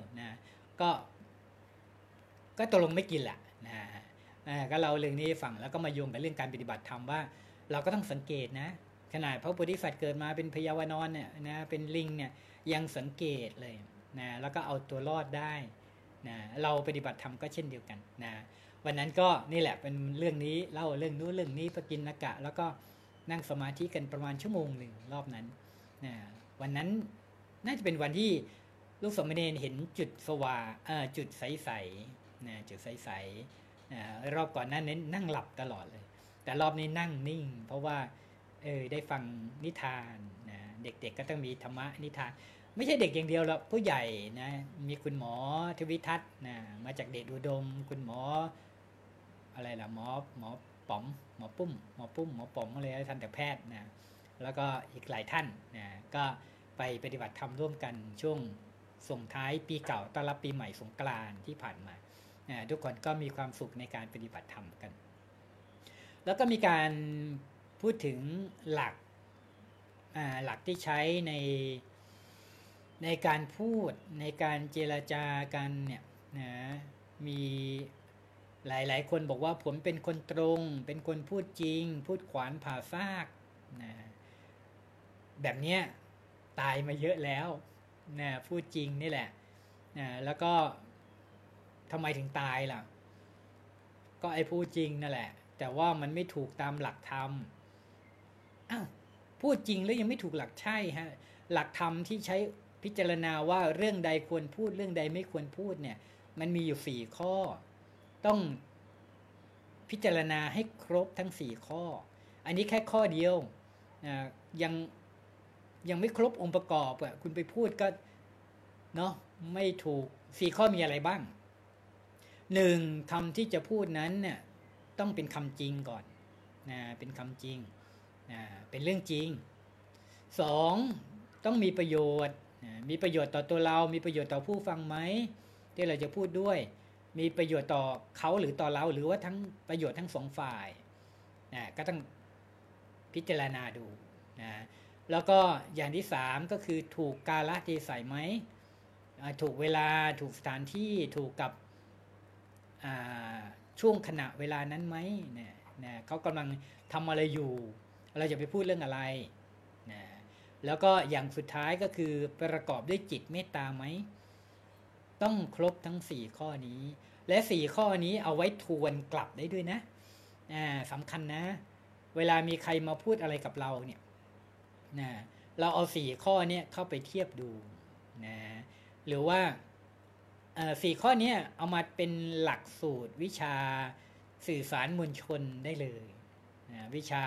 ก็ตกลงไม่กินแหละก็เราเรื่องนี้ฟังแล้วก็มาโยงกับเรื่องการปฏิบัติธรรมว่าเราก็ต้องสังเกตนะขนาดพระโพธิสัตว์เกิดมาเป็นพญาวานรเนี่ยเป็นลิงเนี่ยยังสังเกตเลยแล้วก็เอาตัวรอดได้เราปฏิบัติธรรมก็เช่นเดียวกันวันนั้นก็นี่แหละเป็นเรื่องนี้เล่าเรื่องนู้นเรื่องนี้ปกิณณกะแล้วก็นั่งสมาธิกันประมาณชั่วโมงหนึ่งรอบนั้นวันนั้นน่าจะเป็นวันที่ลูกสามเณรเห็นจุดสว่างจุดใสๆจุดใสๆรอบก่อนนั้นนั่งหลับตลอดเลยแต่รอบนี้นั่งนิ่งเพราะว่าได้ฟังนิทานเด็กๆก็ต้องมีธรรมะนิทานไม่ใช่เด็กอย่างเดียวหรอกผู้ใหญ่นะมีคุณหมอทวิทัศน์มาจากเดชอุดมคุณหมออะไรล่ะหมอป๋อมหมอปุ้มหมอป๋อมอะไรทันตแพทย์แล้วก็อีกหลายท่านก็ไปปฏิบัติธรรมร่วมกันช่วงส่งท้ายปีเก่าต้อนรับปีใหม่สงกรานต์ที่ผ่านมาทุกคนก็มีความสุขในการปฏิบัติธรรมกันแล้วก็มีการพูดถึงหลักที่ใช้ในการพูดในการเจรจากันเนี่ยมีหลายคนบอกว่าผมเป็นคนตรงเป็นคนพูดจริงพูดขวานผ่าซากแบบเนี้ยตายมาเยอะแล้วพูดจริงนี่แหละแล้วก็ทำไมถึงตายล่ะก็ไอ้พูดจริงนั่นแหละแต่ว่ามันไม่ถูกตามหลักธรรมพูดจริงแล้วยังไม่ถูกหลักใช่ฮะหลักธรรมที่ใช้พิจารณาว่าเรื่องใดควรพูดเรื่องใดไม่ควรพูดเนี่ยมันมีอยู่4ข้อต้องพิจารณาให้ครบทั้ง4ข้ออันนี้แค่ข้อเดียวยังยังไม่ครบองค์ประกอบอ่ะคุณไปพูดก็เนาะไม่ถูก4ข้อมีอะไรบ้าง1คำที่จะพูดนั้นเนี่ยต้องเป็นคำจริงก่อนนะเป็นคำจริงนะเป็นเรื่องจริง2ต้องมีประโยชน์มีประโยชน์ต่อตัวเรามีประโยชน์ต่อผู้ฟังไหมที่เราจะพูดด้วยมีประโยชน์ต่อเขาหรือต่อเราหรือว่าทั้งประโยชน์ทั้ง2ฝ่ายนะก็ต้องพิจารณาดูนะแล้วก็อย่างที่3ก็คือถูกกาลเทศะไหมถูกเวลาถูกสถานที่ถูกกับช่วงขณะเวลานั้นไหมนะเขากำลังทำอะไรอยู่เราจะไปพูดเรื่องอะไรนะแล้วก็อย่างสุดท้ายก็คือประกอบด้วยจิตเมตตาไหมต้องครบทั้ง4ข้อนี้และ4ข้อนี้เอาไว้ทวนกลับได้ด้วยนะสำคัญนะเวลามีใครมาพูดอะไรกับเราเนี่ยนะเราเอา4ข้อนี้เข้าไปเทียบดูนะหรือว่า4ข้อนี้เอามาเป็นหลักสูตรวิชาสื่อสารมวลชนได้เลยนะวิชา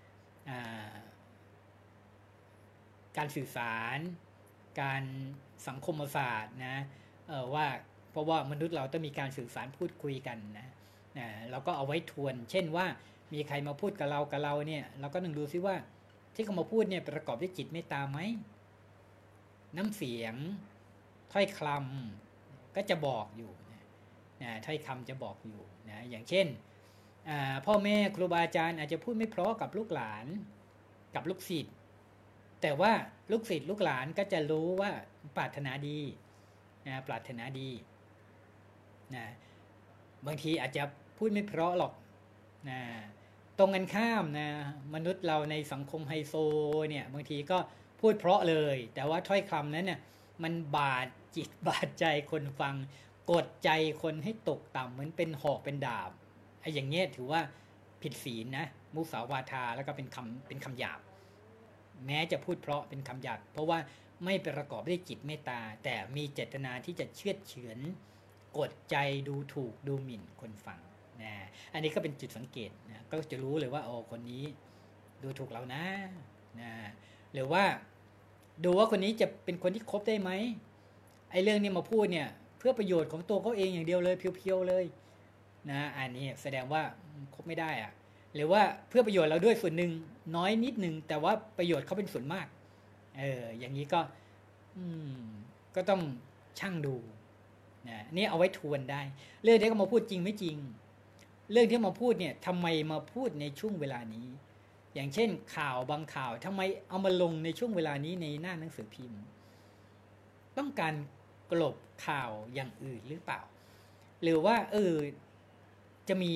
การสื่อสารการสังคมศาสตร์นะว่าเพราะว่ามนุษย์เราต้องมีการสื่อสารพูดคุยกันนะเราก็เอาไว้ทวนเช่นว่ามีใครมาพูดกับเราเนี่ยเราก็ต้องดูซิว่าที่เขามาพูดเนี่ยประกอบด้วยจิตเมตตาไหมน้ำเสียงถ้อยคำก็จะบอกอยู่นะถ้อยคำจะบอกอยู่นะอย่างเช่นพ่อแม่ครูบาอาจารย์อาจจะพูดไม่เพราะกับลูกหลานกับลูกศิษย์แต่ว่าลูกศิษย์ลูกหลานก็จะรู้ว่าปรารถนาดีนะปรารถนาดีนะบางทีอาจจะพูดไม่เพราะหรอกนะตรงกันข้ามนะมนุษย์เราในสังคมไฮโซเนี่ยบางทีก็พูดเพราะเลยแต่ว่าถ้อยคำนั้นเนี่ยมันบาดจิตบาดใจคนฟังกดใจคนให้ตกต่ำเหมือนเป็นหอกเป็นดาบไอ้อย่างเงี้ยถือว่าผิดศีลนะมุสาวาทาแล้วก็เป็นคำหยาบแม้จะพูดเพราะเป็นคำหยาบเพราะว่าไม่ประกอบด้วยจิตเมตตาแต่มีเจตนาที่จะเชือดเฉือนกดใจดูถูกดูหมิ่นคนฟังนะอันนี้ก็เป็นจุดสังเกตนะก็จะรู้เลยว่าคนนี้ดูถูกเรานะหรือว่าดูว่าคนนี้จะเป็นคนที่คบได้ไหมไอ้เรื่องนี้มาพูดเนี่ยเพื่อประโยชน์ของตัวเขาเองอย่างเดียวเลยเพียวๆเลยนะอันนี้แสดงว่าคบไม่ได้อะหรือว่าเพื่อประโยชน์เราด้วยส่วนหนึ่งน้อยนิดนึงแต่ว่าประโยชน์เขาเป็นส่วนมากอย่างนี้ก็ต้องชั่งดูนะนี่เอาไว้ทวนได้เรื่องที่เขามาพูดจริงไม่จริงเรื่องที่มาพูดเนี่ยทำไมมาพูดในช่วงเวลานี้อย่างเช่นข่าวบางข่าวทำไมเอามาลงในช่วงเวลานี้ในหน้าหนังสือพิมพ์ต้องการกลบข่าวอย่างอื่นหรือเปล่าหรือว่าจะมี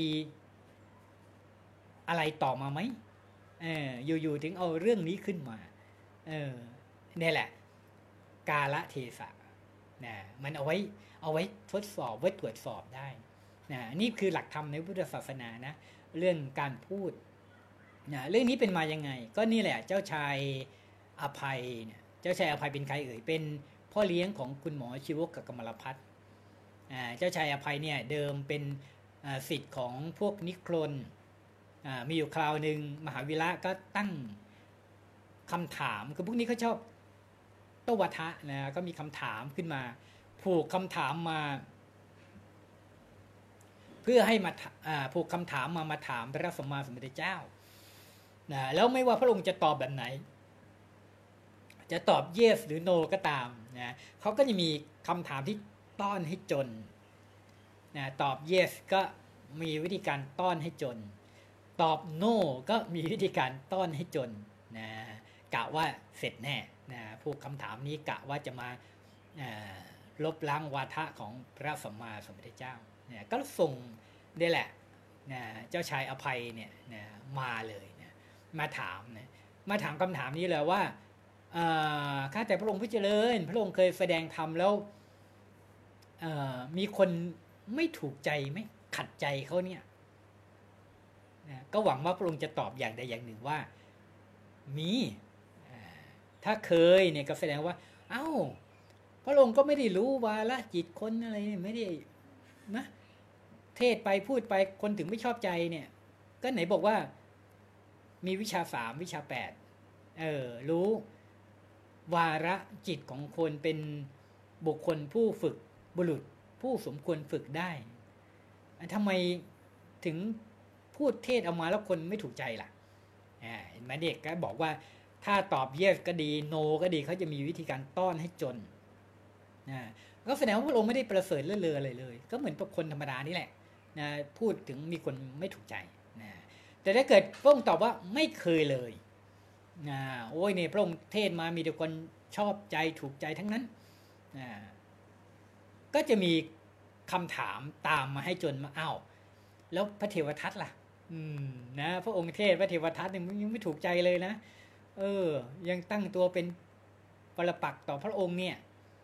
อะไรต่อมาไหมอยู่ๆถึงเอาเรื่องนี้ขึ้นมานี่แหละกาลเทศะนะมันเอาไว้ทดสอบไว้ตรวจสอบได้นะนี่คือหลักธรรมในพุทธศาสนานะเรื่องการพูดนะเรื่องนี้เป็นมายังไงก็นี่แหละเจ้าชายอภัยเนี่ยเจ้าชายอภัยเป็นใครเป็นพ่อเลี้ยงของคุณหมอชีวกกมลพัฒน์เจ้าชายอภัยเนี่ยเดิมเป็นศิษย์ของพวกนิครนมีอยู่คราวหนึ่งมหาวิระก็ตั้งคำถามคือพวกนี้เขาชอบโตวาทะนะก็มีคำถามขึ้นมาผูกคำถามมาเพื่อให้มาผูกคำถามมาถามพระสัมมาสัมพุทธเจ้านะแล้วไม่ว่าพระองค์จะตอบแบบไหนจะตอบ yes หรือ no ก็ตามนะเขาก็จะมีคำถามที่ต้อนให้จนนะตอบ yes ก็มีวิธีการต้อนให้จนตอบ no ก็มีวิธีการต้อนให้จนนะกะว่าเสร็จแน่นะพวกคำถามนี้กะว่าจะมาลบล้างวาทะของพระสัมมาสัมพุทธเจ้าเนี่ยก็ส่งนี่แหละนะเจ้าชายอภัยเนี่ยนะมาเลยนะมาถามคำถามนี้เลยว่าข้าแต่พระองค์ผู้เจริญพระองค์เคยแสดงธรรมแล้วมีคนไม่ถูกใจไม่ขัดใจเขาเนี่ยนะก็หวังว่าพระองค์จะตอบอย่างใดอย่างหนึ่งว่ามีถ้าเคยเนี่ยก็แสดงว่าพระองค์ก็ไม่ได้รู้วาระจิตคนอะไรไม่ได้นะเทศไปพูดไปคนถึงไม่ชอบใจเนี่ยก็ไหนบอกว่ามีวิชา3วิชา8รู้วาระจิตของคนเป็นบุคคลผู้ฝึกบุรุษผู้สมควรฝึกได้ทำไมถึงพูดเทศออกมาแล้วคนไม่ถูกใจล่ะเห็นไหมเด็กก็บอกว่าถ้าตอบ yes ก็ดี no ก็ดีเขาจะมีวิธีการต้อนให้จนก็แสดงว่าพระองค์ไม่ได้ประเสริฐเลิศเลออะไรเลยก็เหมือนกับคนธรรมดานี่แหละพูดถึงมีคนไม่ถูกใจแต่ถ้าเกิดพระองค์ตอบว่าไม่เคยเลยโอ้ยเนี่ยพระองค์เทศมามีแต่คนชอบใจถูกใจทั้งนั้นก็จะมีคำถามตามมาให้จนมาอ้าวแล้วพระเทวทัตล่ะนะพระองค์เทศพระเทวทัตยังไม่ถูกใจเลยนะยังตั้งตัวเป็นปรปักษ์ต่อพระองค์เนี่ย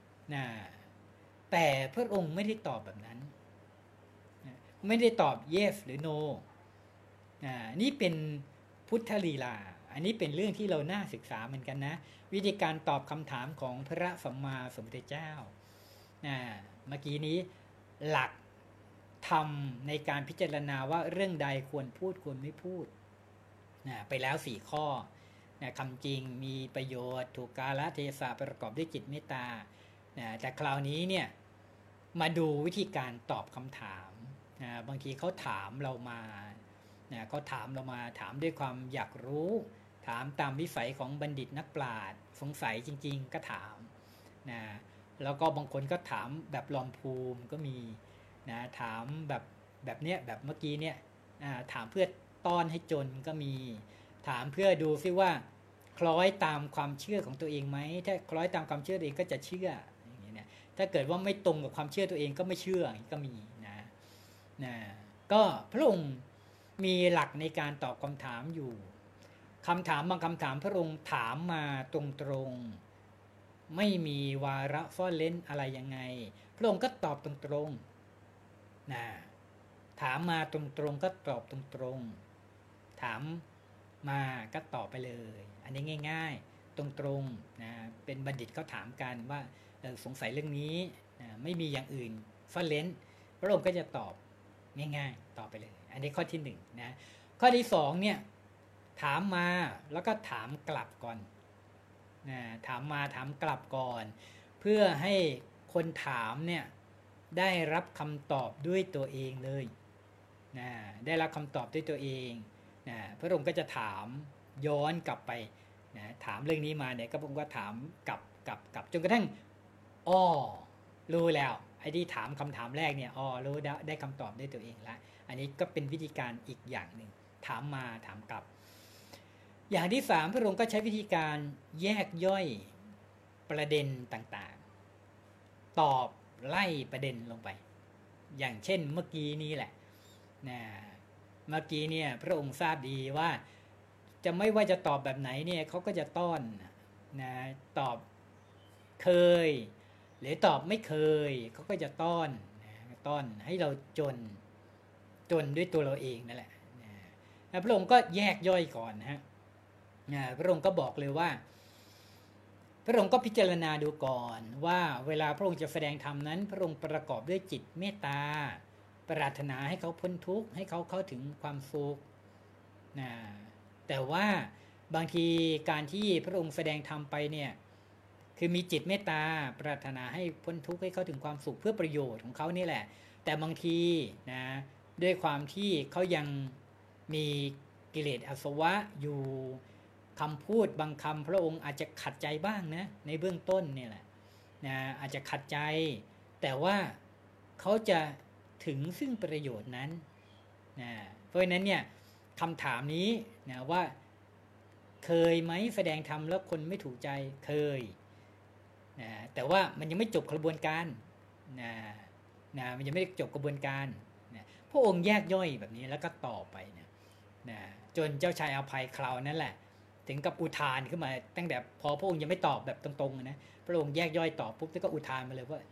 แต่พระองค์ไม่ได้ตอบแบบนั้นไม่ได้ตอบ yes หรือ no นี่เป็นพุทธลีลาอันนี้เป็นเรื่องที่เราน่าศึกษาเหมือนกันนะวิธีการตอบคำถามของพระสัมมาสัมพุทธเจ้าเมื่อกี้นี้หลักธรรมในการพิจารณาว่าเรื่องใดควรพูดควรไม่พูดไปแล้ว4ข้อคำจริงมีประโยชน์ถูกกาลเทศะประกอบด้วยจิตเมตตาแต่คราวนี้เนี่ยมาดูวิธีการตอบคำถามบางทีเขาถามเรามาเขาถามเรามาถามด้วยความอยากรู้ถามตามวิสัยของบัณฑิตนักปราชญ์สงสัยจริงๆก็ถามแล้วก็บางคนก็ถามแบบลอมภูมิก็มีถามแบบเนี้ยแบบเมื่อกี้เนี่ยถามเพื่อต้อนให้จนก็มีถามเพื่อดูซิว่าคล้อยตามความเชื่อของตัวเองไหมถ้าคล้อยตามความเชื่อตัวเองก็จะเชื่ออย่างนี้นะถ้าเกิดว่าไม่ตรงกับความเชื่อตัวเองก็ไม่เชื่อก็มีนะก็พระองค์มีหลักในการตอบคำถามอยู่คำถามบางคำถามพระองค์ถามมาตรงๆไม่มีวาระซ่อนเล้นอะไรยังไงพระองค์ก็ตอบตรงๆถามมาตรงๆก็ตอบตรงๆถามมาก็ตอบไปเลยอันนี้ง่ายๆตรงๆเป็นบัณฑิตเขาถามกันว่าสงสัยเรื่องนี้ไม่มีอย่างอื่นซ่อนเล้นพระองค์ก็จะตอบง่ายๆตอบไปเลยอันนี้ข้อที่1นะข้อที่2เนี่ยถามมาแล้วก็ถามกลับก่อนถามมาถามกลับก่อนเพื่อให้คนถามเนี่ยได้รับคำตอบด้วยตัวเองเลยได้รับคำตอบด้วยตัวเองพระองค์ก็จะถามย้อนกลับไปถามเรื่องนี้มาเนี่ยก็พระองค์ก็ถามกลับจนกระทั่งรู้แล้วไอ้ที่ถามคำถามแรกเนี่ยรู้ได้คำตอบด้วยตัวเองแล้วอันนี้ก็เป็นวิธีการอีกอย่างหนึ่งถามมาถามกลับอย่างที่3พระองค์ก็ใช้วิธีการแยกย่อยประเด็นต่างๆตอบไล่ประเด็นลงไปอย่างเช่นเมื่อกี้นี้แหละเมื่อกี้เนี่ยพระองค์ทราบดีว่าจะไม่ว่าจะตอบแบบไหนเนี่ยเขาก็จะต้อนตอบเคยหรือตอบไม่เคยเขาก็จะต้อนให้เราจนด้วยตัวเราเองนั่นแหละพระองค์ก็แยกย่อยก่อนพระองค์ก็บอกเลยว่าพระองค์ก็พิจารณาดูก่อนว่าเวลาพระองค์จะแสดงธรรมนั้นพระองค์ประกอบด้วยจิตเมตตาปรารถนาให้เขาพ้นทุกข์ให้เขาเข้าถึงความสุขแต่ว่าบางทีการที่พระองค์แสดงธรรมไปเนี่ยคือมีจิตเมตตาปรารถนาให้พ้นทุกข์ให้เข้าถึงความสุขเพื่อประโยชน์ของเขานี่แหละแต่บางทีด้วยความที่เขายังมีกิเลสอาสวะอยู่คำพูดบางคำพระองค์อาจจะขัดใจบ้างนะในเบื้องต้นเนี่ยแหละอาจจะขัดใจแต่ว่าเขาจะถึงซึ่งประโยชน์นั้นเพราะฉะนั้นเนี่ยคำถามนี้ว่าเคยไหมแสดงธรรมแล้วคนไม่ถูกใจเคยแต่ว่ามันยังไม่จบกระบวนการมันยังไม่จบกระบวนการพระองค์แยกย่อยแบบนี้แล้วก็ต่อไปจนเจ้าชายอภัยคราวนั้นแหละถึงกับอุทานขึ้นมาตั้งแต่พอพระองค์ยังไม่ตอบแบบตรงๆนะพระองค์แยกย่อยตอบปุ๊บแล้วก็อุทานมาเลยว่า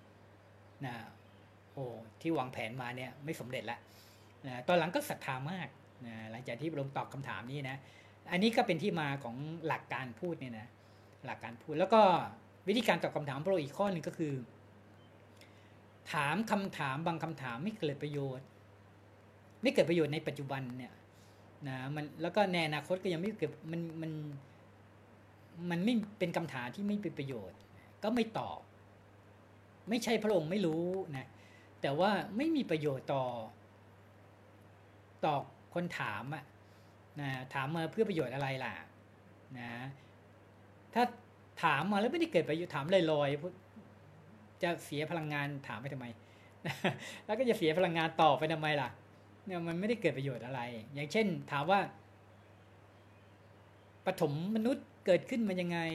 ที่วางแผนมาเนี่ยไม่สำเร็จแล้วตอนหลังก็ศรัทธามากหลังจากที่พระองค์ตอบคำถามนี้นะอันนี้ก็เป็นที่มาของหลักการพูดเนี่ยนะหลักการพูดแล้วก็วิธีการตอบคำถามพระองค์อีกข้อหนึ่งก็คือถามคำถามบางคำถามไม่เกิดประโยชน์ไม่เกิดประโยชน์ในปัจจุบันเนี่ยนะมันแล้วก็ในอนาคตก็ยังไม่เกิดมันไม่เป็นคำถามที่ไม่เป็นประโยชน์ก็ไม่ตอบไม่ใช่พระองค์ไม่รู้นะแต่ว่าไม่มีประโยชน์ต่อคนถามอะนะถามมาเพื่อประโยชน์อะไรล่ะนะถ้าถามมาแล้วไม่ได้เกิดประโยชน์ถามลอยๆจะเสียพลังงานถามไปทำไมแล้วก็จะเสียพลังงานตอบไปทำไมล่ะเนี่ยมันไม่ได้เกิดประโยชน์อะไรอย่างเช่นถามว่าปฐมมนุษย์เกิดขึ้นมายังไง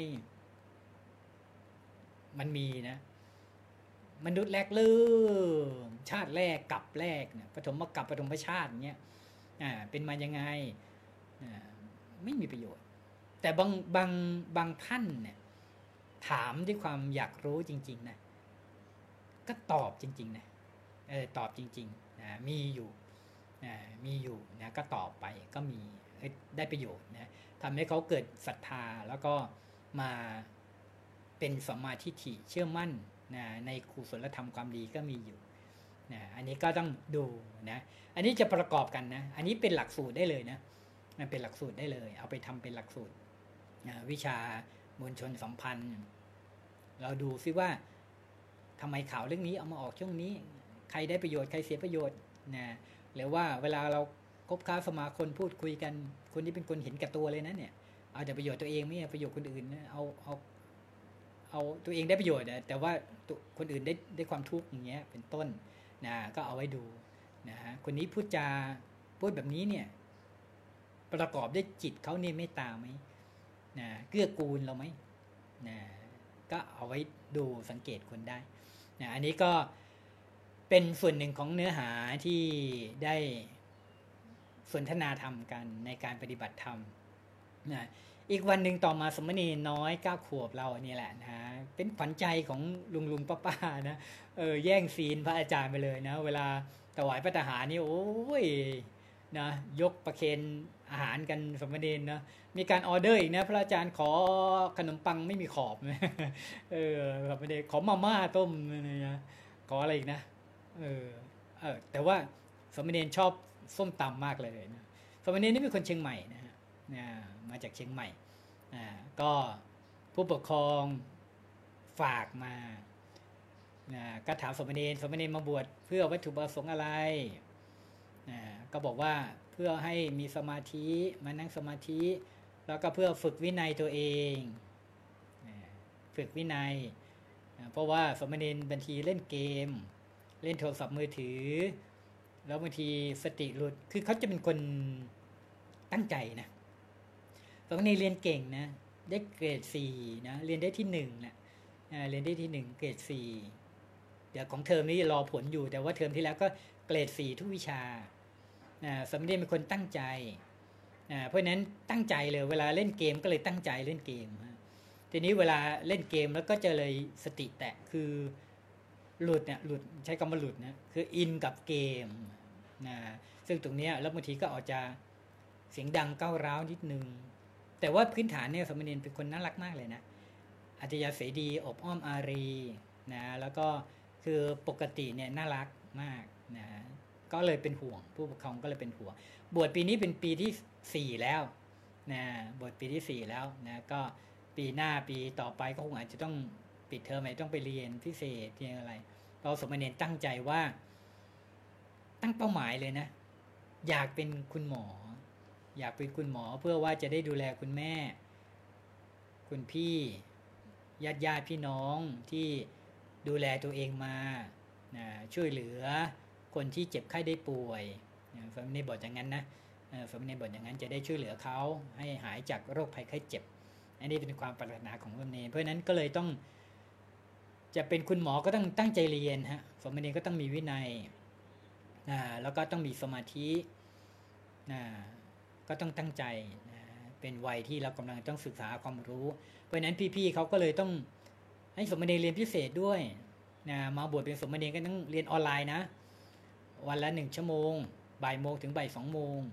มันมีนะมนุษย์แรกเริ่มชาติแรกกับแรกเนี่ยปฐมกับปฐมชาติเงี้ยเป็นมายังไงไม่มีประโยชน์แต่บางท่านเนี่ยถามด้วยความอยากรู้จริงๆนะก็ตอบจริงๆนะตอบจริงๆนะมีอยู่นะก็ตอบไปก็มีได้ประโยชน์นะทำให้เขาเกิดศรัทธาแล้วก็มาเป็นสัมมาทิฏฐิเชื่อมั่นนะในกุศลธรรมความดีก็มีอยู่นะอันนี้ก็ต้องดูนะอันนี้จะประกอบกันนะอันนี้เป็นหลักสูตรได้เลยนะมันเป็นหลักสูตรได้เลยเอาไปทำเป็นหลักสูตรนะวิชามวลชนสัมพันธ์เราดูซิว่าทำไมข่าวเรื่องนี้เอามาออกช่วงนี้ใครได้ประโยชน์ใครเสียประโยชน์นะหรือว่าเวลาเราคบค้าสมาคมพูดคุยกันคนที่เป็นคนเห็นแก่ตัวเลยนะเนี่ยเอาแต่ประโยชน์ตัวเองไม่เอาประโยชน์คนอื่นนะเอาตัวเองได้ประโยชน์แต่ว่าคนอื่นได้ความทุกข์อย่างเงี้ยเป็นต้นนะก็เอาไว้ดูนะฮะคนนี้พูดแบบนี้เนี่ยประกอบด้วยจิตเขาเนี่ยเมตตาไหมนะเกื้อกูลเราไหมนะก็เอาไว้ดูสังเกตคนได้นะอันนี้ก็เป็นส่วนหนึ่งของเนื้อหาที่ได้สนทนาธรรมกันในการปฏิบัติธรรมนะอีกวันหนึ่งต่อมาสมณีน้อย9 ขวบเราเนี่ยแหละนะเป็นขวัญใจของลุงป้านะแย่งซีนพระอาจารย์ไปเลยนะเวลาถวายพระทหารนี่โอ้ยนะยกประเคนอาหารกันสมณีนะมีการออเดอร์อีกนะพระอาจารย์ขอขนมปังไม่มีขอบนะสมณีขอมาม่าต้มนะขออะไรอีกนะแต่ว่าสมณีชอบส้มตำมากเลยนะสมณีนี่เป็นคนเชียงใหม่นะฮะมาจากเชียงใหม่ก็ผู้ปกครองฝากมาก็ถามสมณีมาบวชเพื่อวัตถุประสงค์อะไรก็บอกว่าเพื่อให้มีสมาธิมานั่งสมาธิแล้วก็เพื่อฝึกวินัยตัวเองฝึกวินัยเพราะว่าสมณีบางทีเล่นเกมเล่นโทรศัพท์มือถือแล้วบางทีสติหลุดคือเขาจะเป็นคนตั้งใจนะสมณีเรียนเก่งนะได้เกรด4นะเรียนได้ที่1นะเรียนได้ที่1เกรด4เดี๋ยวของเทอมนี้รอผลอยู่แต่ว่าเทอมที่แล้วก็เกรด4ทุกวิชาสมณีเป็นคนตั้งใจเพราะนั้นตั้งใจเลยเวลาเล่นเกมก็เลยตั้งใจเล่นเกมทีนี้เวลาเล่นเกมแล้วก็จะเลยสติแตกคือหลุดใช้คำว่าหลุดนะคืออินกับเกมนะซึ่งตรงนี้แล้วบางทีก็อาจจะเสียงดังก้าวร้าวนิดนึงแต่ว่าพื้นฐานเนี่ยสมณีเป็นคนน่ารักมากเลยนะอัธยาศัยดีอบอ้อมอารีนะแล้วก็คือปกติเนี่ยน่ารักมากนะก็เลยเป็นห่วงผู้ปกครองก็เลยเป็นห่วงบวชปีนี้เป็นปีที่4แล้วนะบวชปีที่4แล้วนะก็ปีหน้าปีต่อไปก็คงอาจจะต้องปิดเทอมไหนต้องไปเรียนพิเศษเรียนอะไรเราสมณีตั้งใจว่าตั้งเป้าหมายเลยนะอยากเป็นคุณหมอเพื่อว่าจะได้ดูแลคุณแม่คุณพี่ญาติพี่น้องที่ดูแลตัวเองมาช่วยเหลือคนที่เจ็บไข้ได้ป่วยสมณีบอกอย่างนั้นนะสมณีบอกอย่างนั้นจะได้ช่วยเหลือเขาให้หายจากโรคภัยไข้เจ็บอันนี้เป็นความปรารถนาของสมณีเพราะนั้นก็เลยต้องจะเป็นคุณหมอก็ต้องตั้งใจเรียนฮะสมณีก็ต้องมีวินัยแล้วก็ต้องมีสมาธิก็ต้องตั้งใจเป็นวัยที่เรากำลังต้องศึกษาความรู้เพราะนั้นพี่ๆเขาก็เลยต้องให้สมณีเรียนพิเศษด้วยมาบวชเป็นสมณีก็ต้องเรียนออนไลน์นะวันละ1 ชั่วโมงบ่ายโมงถึงบ่าย2 โมง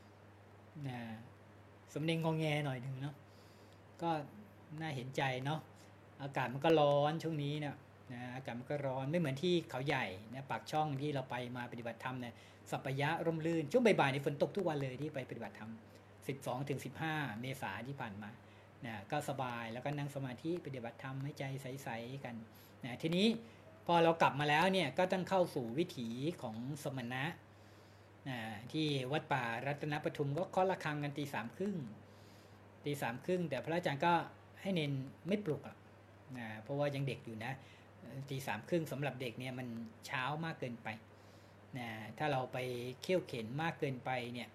สมณีงอแงหน่อยนึงเนาะก็น่าเห็นใจเนาะอากาศมันก็ร้อนช่วงนี้เนี่ยนะอากาศมันก็ร้อนไม่เหมือนที่เขาใหญ่นะปากช่องที่เราไปมาปฏิบัติธรรมเนี่ยสัปยะร่มรื่นช่วงบ่ายๆนี่ฝนตกทุกวันเลยที่ไปปฏิบัติธรรม12 ถึง 15 เมษายนที่ผ่านมานะก็สบายแล้วก็นั่งสมาธิปฏิบัติธรรมให้ใจใสๆกันนะทีนี้พอเรากลับมาแล้วเนี่ยก็ต้องเข้าสู่วิถีของสมณะนะที่วัดป่ารัตนปทุมก็เคาะระฆังกันตี 3 ครึ่งแต่พระอาจารย์ก็ให้เน้นไม่ปลุกนะเพราะว่ายังเด็กอยู่นะตี 3 ครึ่งสำหรับเด็กเนี่ยมันเช้ามากเกินไปนะถ้าเราไปเคี่ยวเข็นมากเกินไปเนี่ย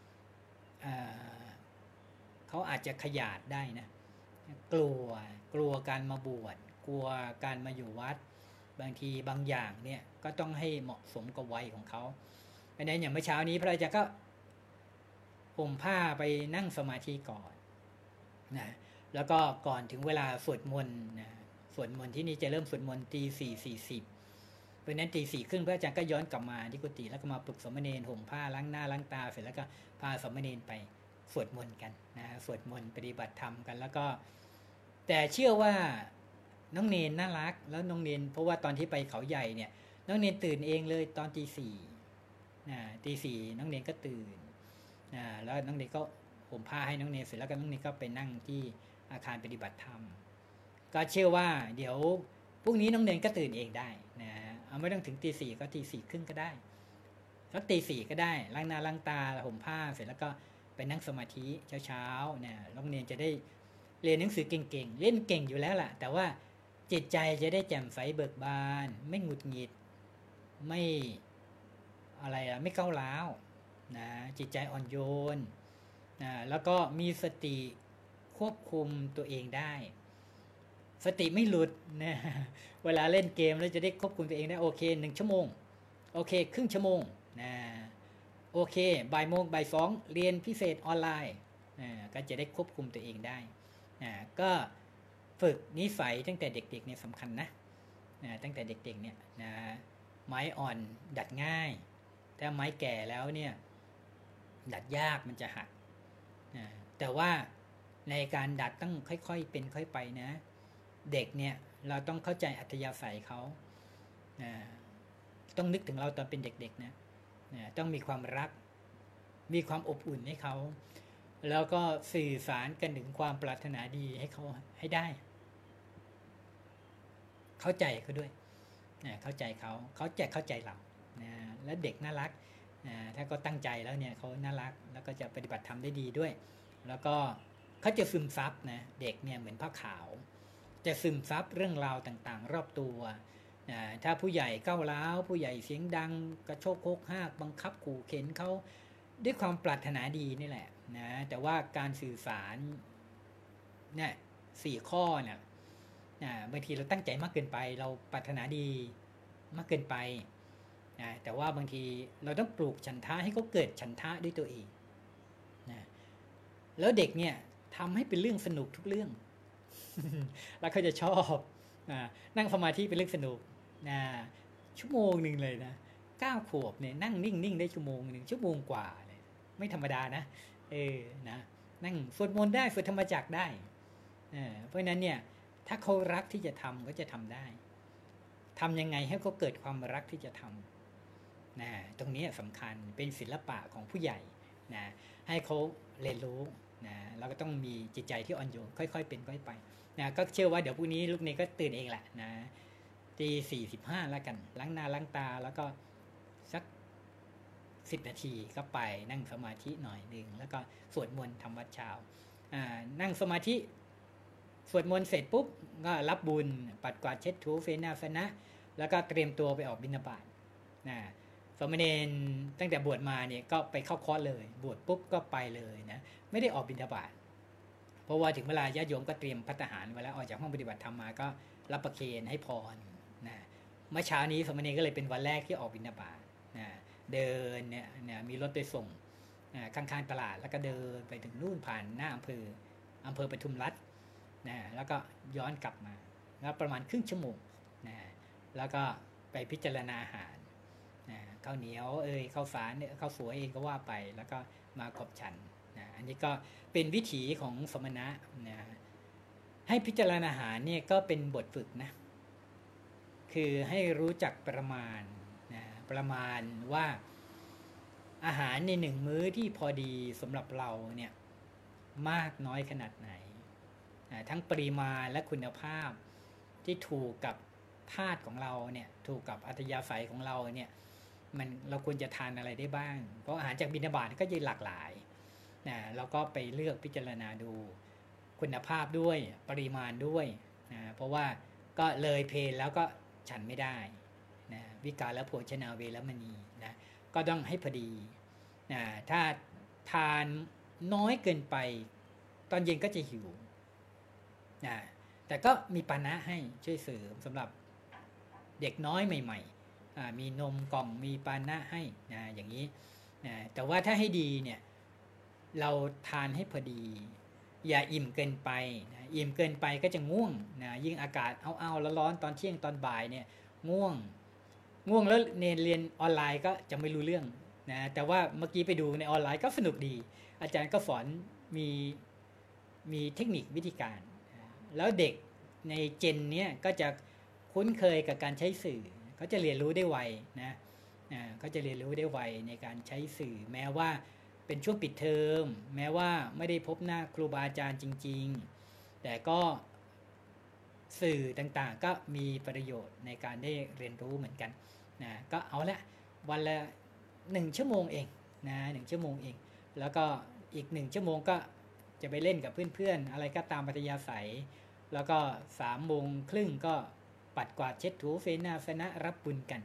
เขาอาจจะขยาดได้นะกลัวการมาบวชกลัวการมาอยู่วัดบางทีบางอย่างเนี่ยก็ต้องให้เหมาะสมกับวัยของเขาเพราะนั้นอย่างเมื่อเช้านี้พระอาจารย์ก็ห่มผ้าไปนั่งสมาธิก่อนนะแล้วก็ก่อนถึงเวลาสวดมนต์นะสวดมนต์ที่นี่จะเริ่มสวดมนต์ตี 4:40เพราะนั้นตี 4 ครึ่งพระอาจารย์ก็ย้อนกลับมาที่กุฏิแล้วก็มาปลุกสามเณรห่มผ้าล้างหน้าล้างตาเสร็จแล้วก็พาสามเณรไปสวดมนต์กันนะสวดมนต์ปฏิบัติธรรมกันแล้วก็แต่เชื่อว่าน้องเนนน่ารักแล้วน้องเนนเพราะว่าตอนที่ไปเขาใหญ่เนี่ยน้องเนนตื่นเองเลยตอนตี 4นะตี 4น้องเนนก็ตื่นนะแล้วน้องเนนก็ห่มผ้าให้น้องเนนเสร็จแล้วก็น้องเนนก็ไปนั่งที่อาคารปฏิบัติธรรมก็เชื่อว่าเดี๋ยวพรุ่งนี้น้องเนนก็ตื่นเองได้นะเอาไม่ต้องถึงตี 4ก็ตี 4 ครึ่งก็ได้สักตี 4ก็ได้ล้างหน้าล้างตาห่มผ้าเสร็จแล้วก็ไปนั่งสมาธิเช้าๆเนี่ยน้องเนนจะได้เรียนหนังสือเก่งๆเล่นเก่งอยู่แล้วล่ะแต่ว่าจิตใจจะได้แจ่มใสเบิกบานไม่หงุดหงิดไม่อะไรไม่ก้าวร้าวนะจิตใจอ่อนโยนนะแล้วก็มีสติควบคุมตัวเองได้สติไม่หลุดนะเวลาเล่นเกมแล้วจะได้ควบคุมตัวเองได้โอเค1 ชั่วโมงโอเคครึ่งชั่วโมงนะโอเคบ่ายโมงบ่าย2เรียนพิเศษออนไลน์นะก็จะได้ควบคุมตัวเองได้นะก็ฝึกนิสัยตั้งแต่เด็กๆเนี่ยสำคัญนะตั้งแต่เด็กๆเนี่ยนะไม้อ่อนดัดง่ายถ้าไม้แก่แล้วเนี่ยดัดยากมันจะหักนะแต่ว่าในการดัดต้องค่อยๆเป็นค่อยไปนะเด็กเนี่ยเราต้องเข้าใจอัธยาศัยเขานะต้องนึกถึงเราตอนเป็นเด็กๆนะต้องมีความรักมีความอบอุ่นให้เขาแล้วก็สื่อสารกันถึงความปรารถนาดีให้เขาให้ได้เข้าใจเขาด้วยเข้าใจเขาจะเข้าใจเราและเด็กน่ารักถ้าก็ตั้งใจแล้วเนี่ยเขาน่ารักแล้วก็จะปฏิบัติธรรมได้ดีด้วยแล้วก็เขาจะซึมซับนะเด็กเนี่ยเหมือนผ้าขาวจะซึมซับเรื่องราวต่างๆรอบตัวถ้าผู้ใหญ่ก้าวร้าวผู้ใหญ่เสียงดังกระโชกโคกหากบังคับขู่เข็นเขาด้วยความปรารถนาดีนี่แหละนะแต่ว่าการสื่อสารเนี่ย4 ข้อเนี่ยบางทีเราตั้งใจมากเกินไปเราปรารถนาดีมากเกินไปแต่ว่าบางทีเราต้องปลูกฉันทะให้เขาเกิดฉันทะด้วยตัวเองแล้วเด็กเนี่ยทำให้เป็นเรื่องสนุกทุกเรื่อง แล้วเขาจะชอบนั่งสมาธิเป็นเรื่องสนุกชั่วโมงหนึ่งเลยนะ9 ขวบเนี่ยนั่งนิ่งๆได้1 ชั่วโมงกว่าเลยไม่ธรรมดานะนะนั่งสวดมนต์ได้สวดธรรมจักรได้เพราะนั้นเนี่ยถ้าเขารักที่จะทำก็จะทำได้ทำยังไงให้เขาเกิดความรักที่จะทำตรงนี้สำคัญเป็นศิลปะของผู้ใหญ่นะให้เขาเรียนรู้นะเราก็ต้องมีจิตใจที่อ่อนโยนค่อยๆเป็นค่อยไปนะก็เชื่อว่าเดี๋ยวพรุ่งนี้ลูกเนยก็ตื่นเองแหละนะตี 4:15แล้วกันล้างหน้าล้างตาแล้วก็สัก10 นาทีก็ไปนั่งสมาธิหน่อยนึงแล้วก็สวดมนต์ทำวัดเช้านั่งสมาธิสวดมนต์เสร็จปุ๊บก็รับบุญปัดกวาดเช็ดถูเฟนาฟนะแล้วก็เตรียมตัวไปออกบิณฑบาตสมณเณรตั้งแต่บวชมาเนี่ยก็ไปเข้าคอร์สเลยบวชปุ๊บก็ไปเลยนะไม่ได้ออกบิณฑบาตเพราะว่าถึงเวลาญาติโยมก็เตรียมภัตตาหารไว้แล้วออกจากห้องปฏิบัติธรรมมาก็รับประเคนให้พรนะเมื่อเช้านี้สมณเณรก็เลยเป็นวันแรกที่ออกบิณฑบาตเดินเนี่ยมีรถไปส่งข้างๆตลาดแล้วก็เดินไปถึงนู่นผ่านหน้าอำเภอปทุมรัฐแล้วก็ย้อนกลับมาแล้วประมาณครึ่งชั่วโมงแล้วก็ไปพิจารณาอาหารข้าวเหนียวข้าวสารข้าวสวยเองก็ว่าไปแล้วก็มาขบฉันอันนี้ก็เป็นวิถีของสมณะให้พิจารณาอาหารเนี่ยก็เป็นบทฝึกนะคือให้รู้จักประมาณนะประมาณว่าอาหารในหนึ่งมื้อที่พอดีสำหรับเราเนี่ยมากน้อยขนาดไหนทั้งปริมาณและคุณภาพที่ถูกกับธาตุของเราเนี่ยถูกกับอัธยาศัยของเราเนี่ยเราควรจะทานอะไรได้บ้างเพราะอาหารจากบิณฑบาตก็จะหลากหลายนะเราก็ไปเลือกพิจารณาดูคุณภาพด้วยปริมาณด้วยนะเพราะว่าก็เลยเพลแล้วก็ฉันไม่ได้นะวิกาลโภชนาเวรมณีนะก็ต้องให้พอดีนะถ้าทานน้อยเกินไปตอนเย็นก็จะหิวนะแต่ก็มีปานะให้ช่วยเสริมสำหรับเด็กน้อยใหม่ๆมีนมกล่องมีปานะให้นะอย่างนี้นะแต่ว่าถ้าให้ดีเนี่ยเราทานให้พอดีอย่าอิ่มเกินไปนะอิ่มเกินไปก็จะง่วงนะยิ่งอากาศเอาๆร้อนๆตอนเที่ยงตอนบ่ายเนี่ยง่วงแล้วเรียนออนไลน์ก็จะไม่รู้เรื่องนะแต่ว่าเมื่อกี้ไปดูในออนไลน์ก็สนุกดีอาจารย์ก็สอนมีเทคนิควิธีการแล้วเด็กในเจนเนี้ยก็จะคุ้นเคยกับการใช้สื่อเขาจะเรียนรู้ได้ไวนะเขาจะเรียนรู้ได้ไวในการใช้สื่อแม้ว่าเป็นช่วงปิดเทอมแม้ว่าไม่ได้พบหน้าครูบาอาจารย์จริงๆแต่ก็สื่อต่างๆก็มีประโยชน์ในการได้เรียนรู้เหมือนกันนะก็เอาละวันละ1 ชั่วโมงเองนะ1 ชั่วโมงเองแล้วก็อีก1 ชั่วโมงก็จะไปเล่นกับเพื่อนๆอะไรก็ตามอัธยาศัยแล้วก็3:30ก็ปัดกวาดเช็ดถูเฟน่าสนะรับบุญกัน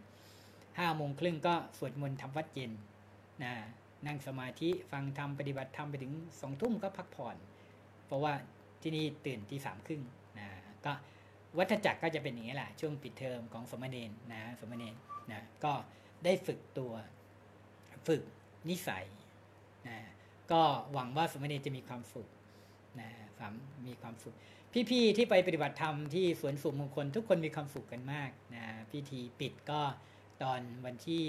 5:30ก็สวดมนต์ทำวัดเย็นนะนั่งสมาธิฟังธรรมปฏิบัติธรรมไปถึง20:00ก็พักผ่อนเพราะว่าที่นี่ตื่น3:30นะก็วัฏจักรก็จะเป็นอย่างนี้แหละช่วงปิดเทอมของสมณเณรนะสมณเณรนะก็ได้ฝึกนิสัยนะก็หวังว่าสมณเณรจะมีความสุขนะมีความสุขพี่ๆที่ไปปฏิบัติธรรมที่สวนสุขมงคลทุกคนมีความสุขกันมากนะพิธีปิดก็ตอนวันที่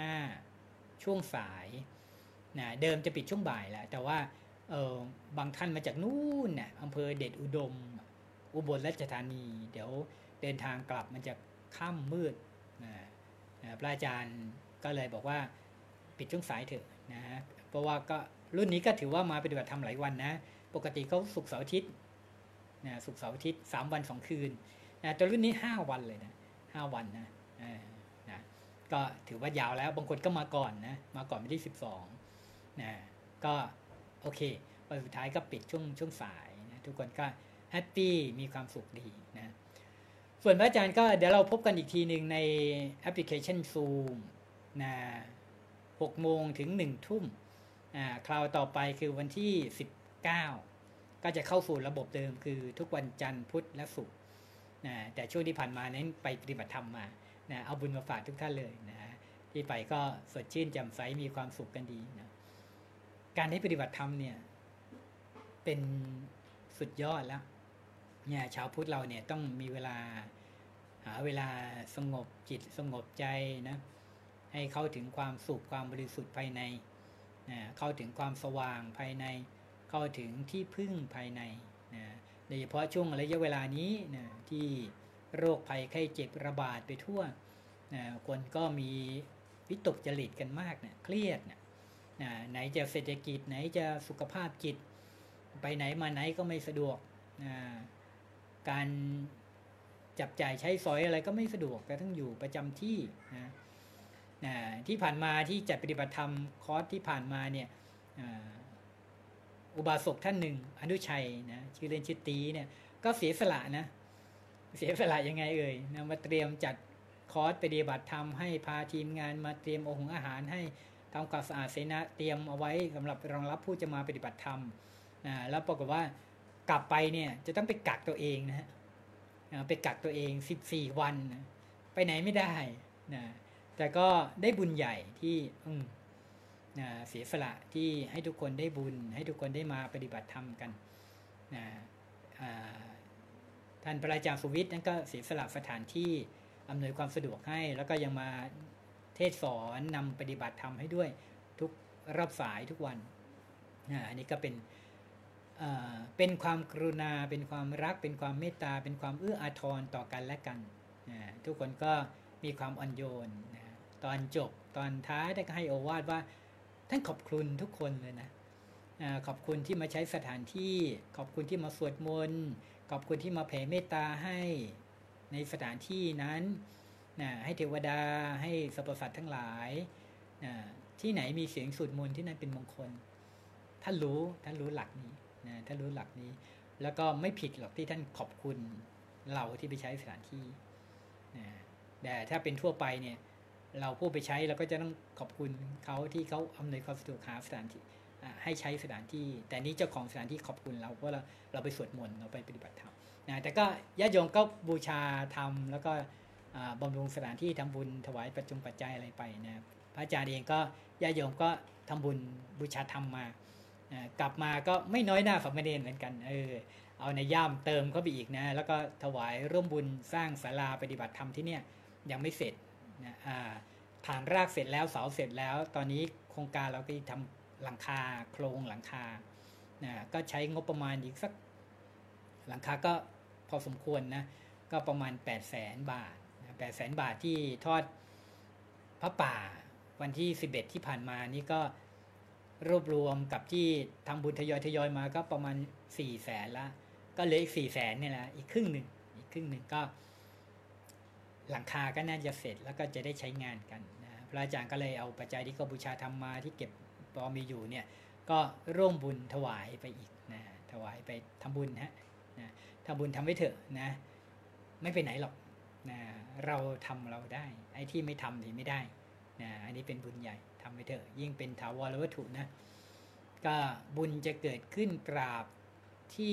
15ช่วงสายนะเดิมจะปิดช่วงบ่ายแล้วแต่ว่าบางท่านมาจากนู่นน่ะอำเภอเดชอุดมอุบลราชธานีเดี๋ยวเดินทางกลับมันจะค่ำมืดนะพระอาจารย์ก็เลยบอกว่าปิดช่วงสายเถอะนะเพราะว่าก็รุ่นนี้ก็ถือว่ามาปฏิบัติธรรมหลายวันนะปกติเขาศุกร์เสาร์อาทิตย์นะศุกร์เสาร์อาทิตย์3 วัน2 คืนนะแต่รุ่นนี้5 วันเลยนะ5 วันนะก็ถือว่ายาวแล้วบางคนก็มาก่อนนะมาก่อนวันที่12นะก็โอเควันสุดท้ายก็ปิดช่วงสายนะทุกคนก็แฮปปี้มีความสุขดีนะส่วนพระอาจารย์ก็เดี๋ยวเราพบกันอีกทีหนึ่งในแอปพลิเคชัน Zoom นะ6:00ถึง1:00คราวต่อไปคือวันที่19ก็จะเข้าสู่ระบบเดิมคือทุกวันจันทร์พุธและศุกร์นะแต่ช่วงที่ผ่านมานั้นไปปฏิบัติธรรมมานะเอาบุญมาฝากทุกท่านเลยนะที่ไปก็สดชื่นแจ่มใสมีความสุขกันดีนะการได้ปฏิบัติธรรมเนี่ยเป็นสุดยอดแล้วเนี่ยชาวพุทธเราเนี่ยต้องมีเวลาหาเวลาสงบจิตสงบใจนะให้เข้าถึงความสุขความบริสุทธิ์ภายในนะเข้าถึงความสว่างภายในเข้าถึงที่พึ่งภายในนะโดยเฉพาะช่วงระยะเวลานี้นะที่โรคภัยไข้เจ็บระบาดไปทั่วนะคนก็มีวิตกจริตกันมากนะเครียดนะไหนจะเศรษฐกิจไหนจะสุขภาพจิตไปไหนมาไหนก็ไม่สะดวกนะการจับจ่ายใช้สอยอะไรก็ไม่สะดวกแต่ต้องอยู่ประจำที่นะที่ผ่านมาที่จัดปฏิบัติธรรมคอร์สที่ผ่านมาเนี่ยอุบาสกท่านหนึ่งอนุชัยนะชื่อเล่นชื่อตีเนี่ยก็เสียสละนะเสียสละยังไงนะมาเตรียมจัดคอร์สปฏิบัติธรรมให้พาทีมงานมาเตรียมอาหารให้ทำความสะอาดเสนาเตรียมเอาไว้สำหรับรองรับผู้จะมาปฏิบัติธรรมนะแล้วปรากฏว่ากลับไปเนี่ยจะต้องไปกักตัวเองนะฮะไปกักตัวเอง14 วันนะไปไหนไม่ได้นะแต่ก็ได้บุญใหญ่ที่เสียสละที่ให้ทุกคนได้บุญให้ทุกคนได้มาปฏิบัติธรรมกันนะท่านพระอาจารย์สุวิทย์นั้นก็เสียสละสถานที่อำนวยความสะดวกให้แล้วก็ยังมาเทศสอนนำปฏิบัติธรรมให้ด้วยทุกรอบสายทุกวันอันนี้ก็เป็นความกรุณาเป็นความรักเป็นความเมตตาเป็นความเอื้ออาทรต่อกันและกันทุกคนก็มีความอ่อนโยนนะตอนจบตอนท้ายได้ก็ให้โอวาทว่าท่านขอบคุณทุกคนเลยนะขอบคุณที่มาใช้สถานที่ขอบคุณที่มาสวดมนต์ขอบคุณที่มาแผ่เมตตาให้ในสถานที่นั้นให้เทวดาให้สรรพสัตว์ทั้งหลายที่ไหนมีเสียงสวดมนต์ที่นั่นเป็นมงคลท่านรู้หลักนี้ท่านรู้หลักนี้แล้วก็ไม่ผิดหรอกที่ท่านขอบคุณเราที่ไปใช้สถานที่แต่ถ้าเป็นทั่วไปเนี่ยเราผู้ไปใช้เราก็จะต้องขอบคุณเขาที่เขาอำนวยความสะดวกหาสถานที่ให้ใช้สถานที่แต่นี้เจ้าของสถานที่ขอบคุณเราเพราะเราไปสวดมนต์เราไปปฏิบัติธรรมแต่ก็ญาติโยมก็บูชาธรรมแล้วก็บำรุงสถานที่ทำบุญถวายปัจจัยอะไรไปนะพระอาจารย์เองก็ญาติโยมก็ทำบุญบูชาธรรมมากลับมาก็ไม่น้อยหน้าสามเณรเหมือนกันเอาในย่ามเติมเข้าไปอีกนะแล้วก็ถวายร่วมบุญสร้างศาลาปฏิบัติธรรมที่เนี่ยยังไม่เสร็จนะฐานรากเสร็จแล้วเสาเสร็จแล้วตอนนี้โครงการเราก็ทำหลังคาโครงหลังคาก็ใช้งบประมาณอีกสักหลังคาก็พอสมควรนะก็ประมาณ 800,000 บาท800,000 บาทที่ทอดพระป่าวันที่11ที่ผ่านมานี่ก็รวบรวมกับที่ทำบุญทยอยมาก็ประมาณ 400,000 ละก็เหลืออีก 400,000 เนี่ยแหละอีกครึ่งหนึ่งก็หลังคาก็น่าจะเสร็จแล้วก็จะได้ใช้งานกันนะพระอาจารย์ก็เลยเอาปัจจัยที่ก็บูชาธรรมมาที่เก็บพอมีอยู่เนี่ยก็ร่วมบุญถวายไปอีกนะถวายไปทำบุญนะทำบุญทำไว้เถอะนะไม่ไปไหนหรอกนะเราทำเราได้ไอ้ที่ไม่ทำนี่ไม่ได้นะอันนี้เป็นบุญใหญ่ทำไปเถอะยิ่งเป็นถาวรวัตถุนะก็บุญจะเกิดขึ้นตราบที่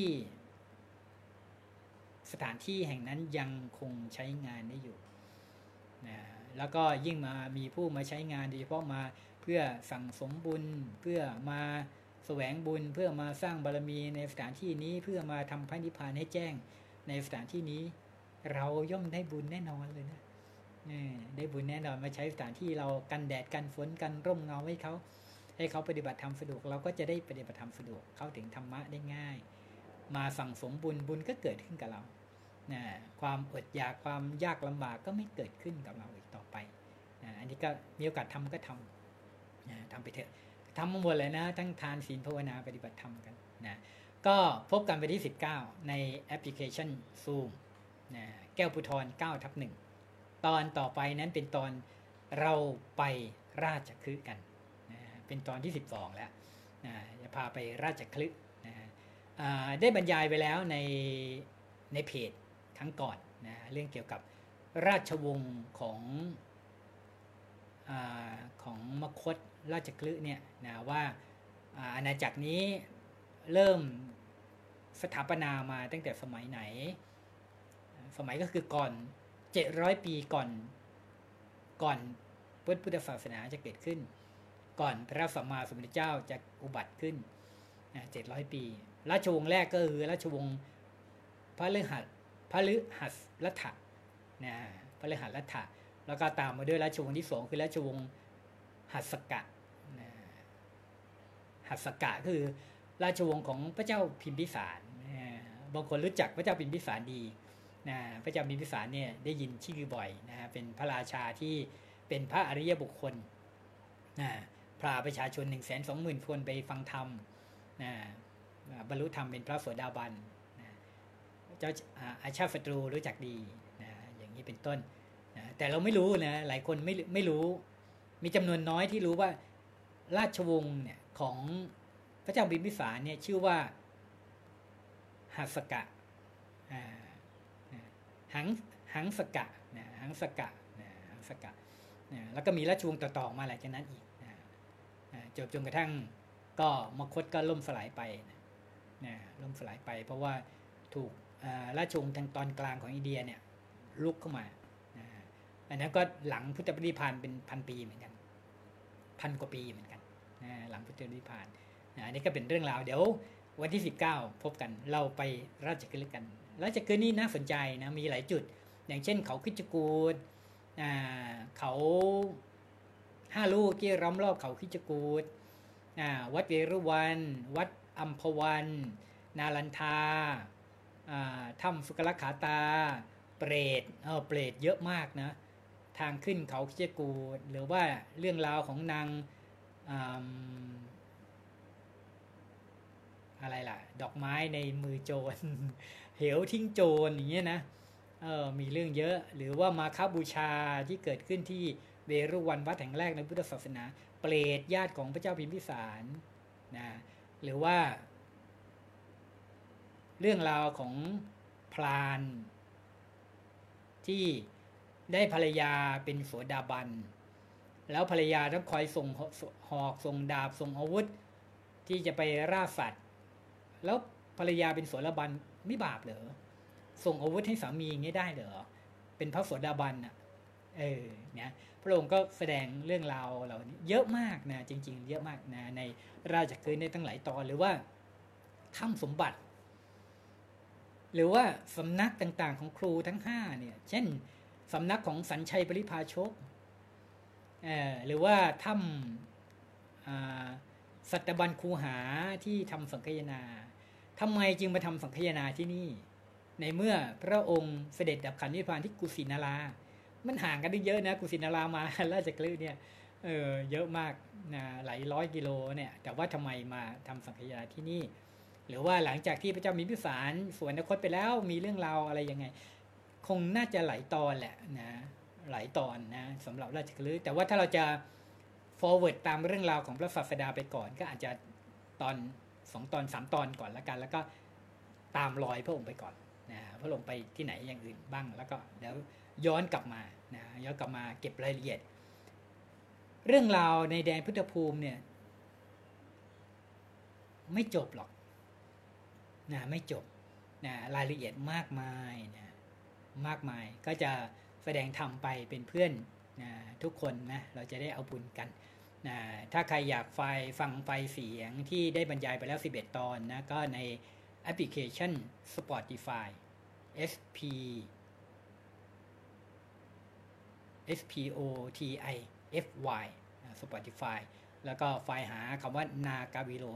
สถานที่แห่งนั้นยังคงใช้งานได้อยู่นะแล้วก็ยิ่งมามีผู้มาใช้งานโดยเฉพาะมาเพื่อสั่งสมบุญเพื่อมาแสวงบุญเพื่อมาสร้างบารมีในสถานที่นี้เพื่อมาทำพระนิพพานให้แจ้งในสถานที่นี้เราย่อมได้บุญแน่นอนเลยนะได้บุญแน่นอนมาใช้สถานที่เรากันแดดกันฝนกันร่มเงาให้เขาปฏิบัติธรรมสะดวกเราก็จะได้ปฏิบัติธรรมสะดวกเข้าถึงธรรมะได้ง่ายมาสั่งสมบุญก็เกิดขึ้นกับเราความอดอยากความยากลำบากก็ไม่เกิดขึ้นกับเราอีกต่อไปอันนี้ก็มีโอกาสทำก็ทำไปเถอะทำมาหมดเลยนะทั้งทานศีลภาวนาปฏิบัติธรรมกันนะก็พบกันไปที่19ในแอปพลิเคชัน Zoom แก้วภูธร 9/1 ตอนต่อไปนั้นเป็นตอนเราไปราชคฤห์กันเป็นตอนที่12แล้วจะพาไปราชคฤห์ได้บรรยายไปแล้วในเพจครั้งก่อนเรื่องเกี่ยวกับราชวงศ์ของมคธราชคฤห์เนี่ยว่าอาณาจักรนี้เริ่มสถาปนามาตั้งแต่สมัยไหนสมัยก็คือก่อน700 ปีก่อนพุทธศาสนาจะเกิดขึ้นก่อนพระสัมมาสัมพุทธเจ้าจะอุบัติขึ้น700 ปีราชวงศ์แรกก็คือราชวงศ์พระฤหัสรัฐะพระฤหัสรัฐะแล้วก็ตามมาด้วยราชวงศ์ที่2คือราชวงศ์หัสสกะหัสสกะคือราชวงศ์ของพระเจ้าพิมพิสารบางคนรู้จักพระเจ้าพิมพิสารดีพระเจ้าพิมพิสารเนี่ยได้ยินชื่อบ่อยเป็นพระราชาที่เป็นพระอริยบุคคลพาประชาชน 120,000 คนไปฟังธรรมบรรลุธรรมเป็นพระโสดาบันเจ้าอาชาติศัตรูรู้จักดีอย่างนี้เป็นต้นแต่เราไม่รู้นะหลายคนไม่รู้มีจำนวนน้อยที่รู้ว่าราชวงศ์เนี่ยของพระเจ้าพิมพิสารเนี่ยชื่อว่าหัสสกะหังสกะหังสกะแล้วก็มีราชวงศ์ต่อๆมาหลังจากนั้นอีกจนกระทั่งก็มคธก็ล่มสลายไปล่มสลายไปเพราะว่าถูกราชวงศ์ทางตอนกลางของอินเดียเนี่ยลุกเข้ามาอันนั้นก็หลังพุทธปฏิภาณเป็น1,000 ปีเหมือนกัน1,000 กว่าปีเหมือนกันหลังพุทธปฏิภาณอันนี้ก็เป็นเรื่องราวเดี๋ยววันที่19พบกันเราไปราชคฤห์กันราชคฤห์นี่น่าสนใจนะมีหลายจุดอย่างเช่นเขาคิชกูฏเขา5 ลูกที่ล้อมรอบเขาคิชกูฏวัดเวรุวันวัดอัมพวันนาลันทาถ้ำสุกลขาตาเปรตเปรตเยอะมากนะทางขึ้นเขาคิจกูฏหรือว่าเรื่องราวของนางอะไรล่ะดอกไม้ในมือโจร เหวทิ้งโจรอย่างเงี้ยนะมีเรื่องเยอะหรือว่ามาฆบูชาที่เกิดขึ้นที่เวรุวันวัดแห่งแรกในพุทธศาสนาเปรตญาติของพระเจ้าพิมพิสารนะหรือว่าเรื่องราวของพรานที่ได้ภรรยาเป็นโสดาบันแล้วภรรยาต้องคอยส่งหอกส่งดาบส่งอาวุธที่จะไปล่าสัตว์แล้วภรรยาเป็นโสดาบันไม่บาปเหรอส่งอาวุธให้สามีอย่างนี้ได้เหรอเป็นพระโสดาบันอ่ะเนี่ยพระองค์ก็แสดงเรื่องราวเหล่านี้เยอะมากนะจริงๆเยอะมากนะในราชกฤห์ในตั้งหลายตอนหรือว่าถ้ำสมบัติหรือว่าสำนักต่างๆของครูทั้ง5เนี่ยเช่นสำนักของสัญชัยปริภาชกหรือว่าถ้ำสัตบัญคูหาที่ทำสังคายนาทำไมจึงมาทำสังคายนาที่นี่ในเมื่อพระองค์เสด็จดับขันธ์นิพพานที่กุสินารามันห่างกันได้เยอะนะกุสินารามาราชกฤห์เนี่ยเยอะมากนะหลายร้อยกิโลเนี่ยแต่ว่าทำไมมาทำสังคายนาที่นี่หรือว่าหลังจากที่พระเจ้าพิมพิสารสวรรคตไปแล้วมีเรื่องราวอะไรยังไงคงน่าจะหลายตอนแหละนะหลายตอนนะสำหรับราชกฤห์แต่ว่าถ้าเราจะ forward ตามเรื่องราวของพระศาสดาไปก่อนก็อาจจะตอน2 ตอน 3 ตอนก่อนละกันแล้วก็ตามรอยพระองค์ไปก่อนนะพระองค์ไปที่ไหนอย่างอื่นบ้างแล้วก็เดี๋ยวย้อนกลับมานะย้อนกลับมาเก็บรายละเอียดเรื่องราวในแดนพุทธภูมิเนี่ยไม่จบหรอกนะไม่จบนะรายละเอียดมากมายนะมากมายก็จะแสดงธรรมไปเป็นเพื่อนนะทุกคนนะเราจะได้เอาบุญกันนะถ้าใครอยากฟังไฟล์เสียงที่ได้บรรยายไปแล้ว11 ตอนนะก็ในแอปพลิเคชัน Spotify SP SPOTIFY Spotify แล้วก็ไฟล์หาคำว่า Nagaviro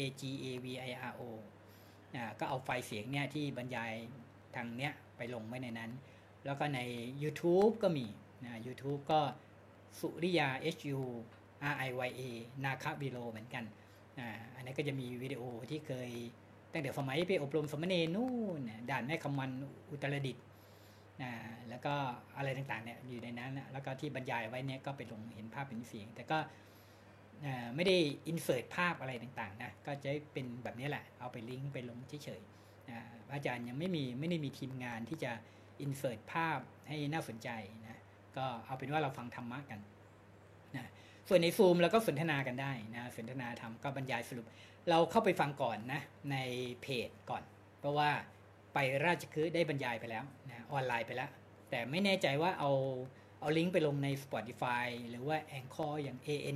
NAGAVIRO ก็เอาไฟล์เสียงเนี่ยที่บรรยายทางเนี้ยไปลงไว้ในนั้นแล้วก็ใน YouTube ก็มีนะ YouTube ก็สุริยา HURIYA นาคาบิโลเหมือนกันอันนี้ก็จะมีวิดีโอที่เคยตั้งแต่สมัยไปอบรมสมณเณรนู่นด่านแม่คำมันอุตรดิตถ์แล้วก็อะไรต่างๆเนี่ยอยู่ในนั้นแล้วก็ที่บรรยายไว้เนี่ยก็ไปลงเห็นภาพเป็นเสียงแต่ก็ไม่ได้อินเสิร์ตภาพอะไรต่างๆนะก็จะเป็นแบบนี้แหละเอาไปลิงก์ไปลงเฉยๆอาจารย์ยังไม่ได้มีทีมงานที่จะอินเสิร์ตภาพให้น่าสนใจนะก็เอาเป็นว่าเราฟังธรรมะกันนะส่วนในซูมเราก็สนทนากันได้นะสนทนาธรรมก็บรรยายสรุปเราเข้าไปฟังก่อนนะในเพจก่อนเพราะว่าไปราชคฤห์ได้บรรยายไปแล้วนะออนไลน์ไปแล้วแต่ไม่แน่ใจว่าเอาลิงก์ไปลงใน Spotify หรือว่า Anchor อย่าง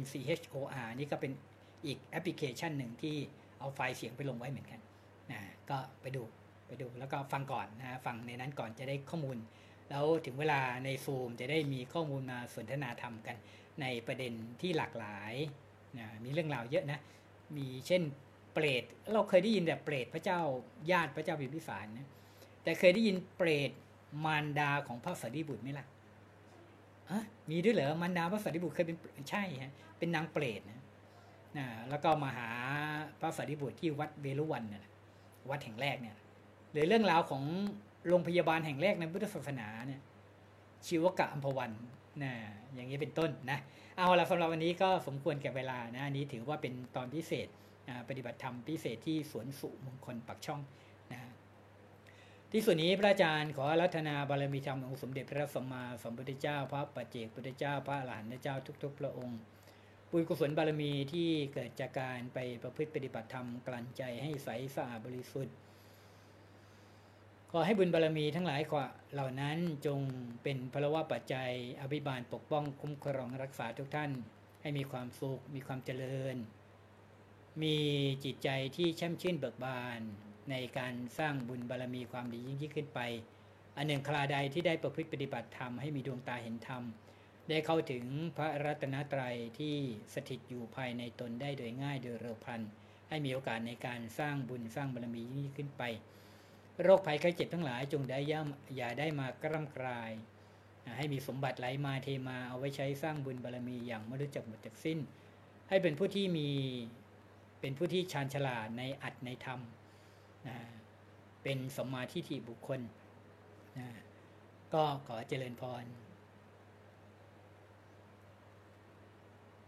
ANCHOR นี่ก็เป็นอีกแอปพลิเคชันหนึ่งที่เอาไฟล์เสียงไปลงไว้เหมือนกันนะก็ไปดูแล้วก็ฟังก่อนนะฟังในนั้นก่อนจะได้ข้อมูลแล้วถึงเวลาในซูมจะได้มีข้อมูลมาสนทนาธรรมกันในประเด็นที่หลากหลายนะมีเรื่องราวเยอะนะมีเช่นเปรตเราเคยได้ยินแต่เปรตพระเจ้าญาติพระเจ้าพิมพิสารนะแต่เคยได้ยินเปรตมารดาของพระสารีบุตรไหมล่ะมีด้วยเหรอมารดาพระสารีบุตรเคยเป็นใช่ฮะเป็นนางเปรตนะแล้วก็มาหาพระสารีบุตรที่วัดเวรุวันเนี่ยวัดแห่งแรกเนี่ยหรือเรื่องราวของโรงพยาบาลแห่งแรกในพุทธศาสนาเนี่ยชีวกะอัมพวันนะอย่างนี้เป็นต้นนะเอาละสำหรับวันนี้ก็สมควรแก่เวลานะอันนี้ถือว่าเป็นตอนพิเศษปฏิบัติธรรมพิเศษที่สวนสุมงคลปักช่องนะที่ส่วนนี้พระอาจารย์ขออาราธนาบารมีธรรมองค์สมเด็จพระสัมมาสัมพุทธเจ้าพระปัจเจกพุทธเจ้าพระอรหันตเจ้าทุกๆพระองค์บุญกุศลบารมีที่เกิดจากการไปประพฤติปฏิบัติธรรมกลั่นใจให้ใสสะอาดบริสุทธิ์ขอให้บุญบารมีทั้งหลายเหล่านั้นจงเป็นพลวะปัจจัยอภิบาลปกป้องคุ้มครองรักษาทุกท่านให้มีความสุขมีความเจริญมีจิตใจที่แช่มชื่นเบิกบานในการสร้างบุญบารมีความดียิ่งขึ้นไปอันหนึ่งคราใดที่ได้ประพฤติปฏิบัติธรรมให้มีดวงตาเห็นธรรมได้เข้าถึงพระรัตนตรัยที่สถิตอยู่ภายในตนได้โดยง่ายโดยเร็วพลันให้มีโอกาสในการสร้างบุญสร้างบารมียิ่งขึ้นไปโรคภัยไข้เจ็บทั้งหลายจงได้อย่าได้มากร่ำกรายให้มีสมบัติไหลมาเทมาเอาไว้ใช้สร้างบุญบารมีอย่างไม่รู้จักหมดจากสิ้นให้เป็นผู้ที่ชาญฉลาดในอัตในธรรมนะเป็นสัมมาทิฏฐิบุคคลนะก็ขอเจริญพร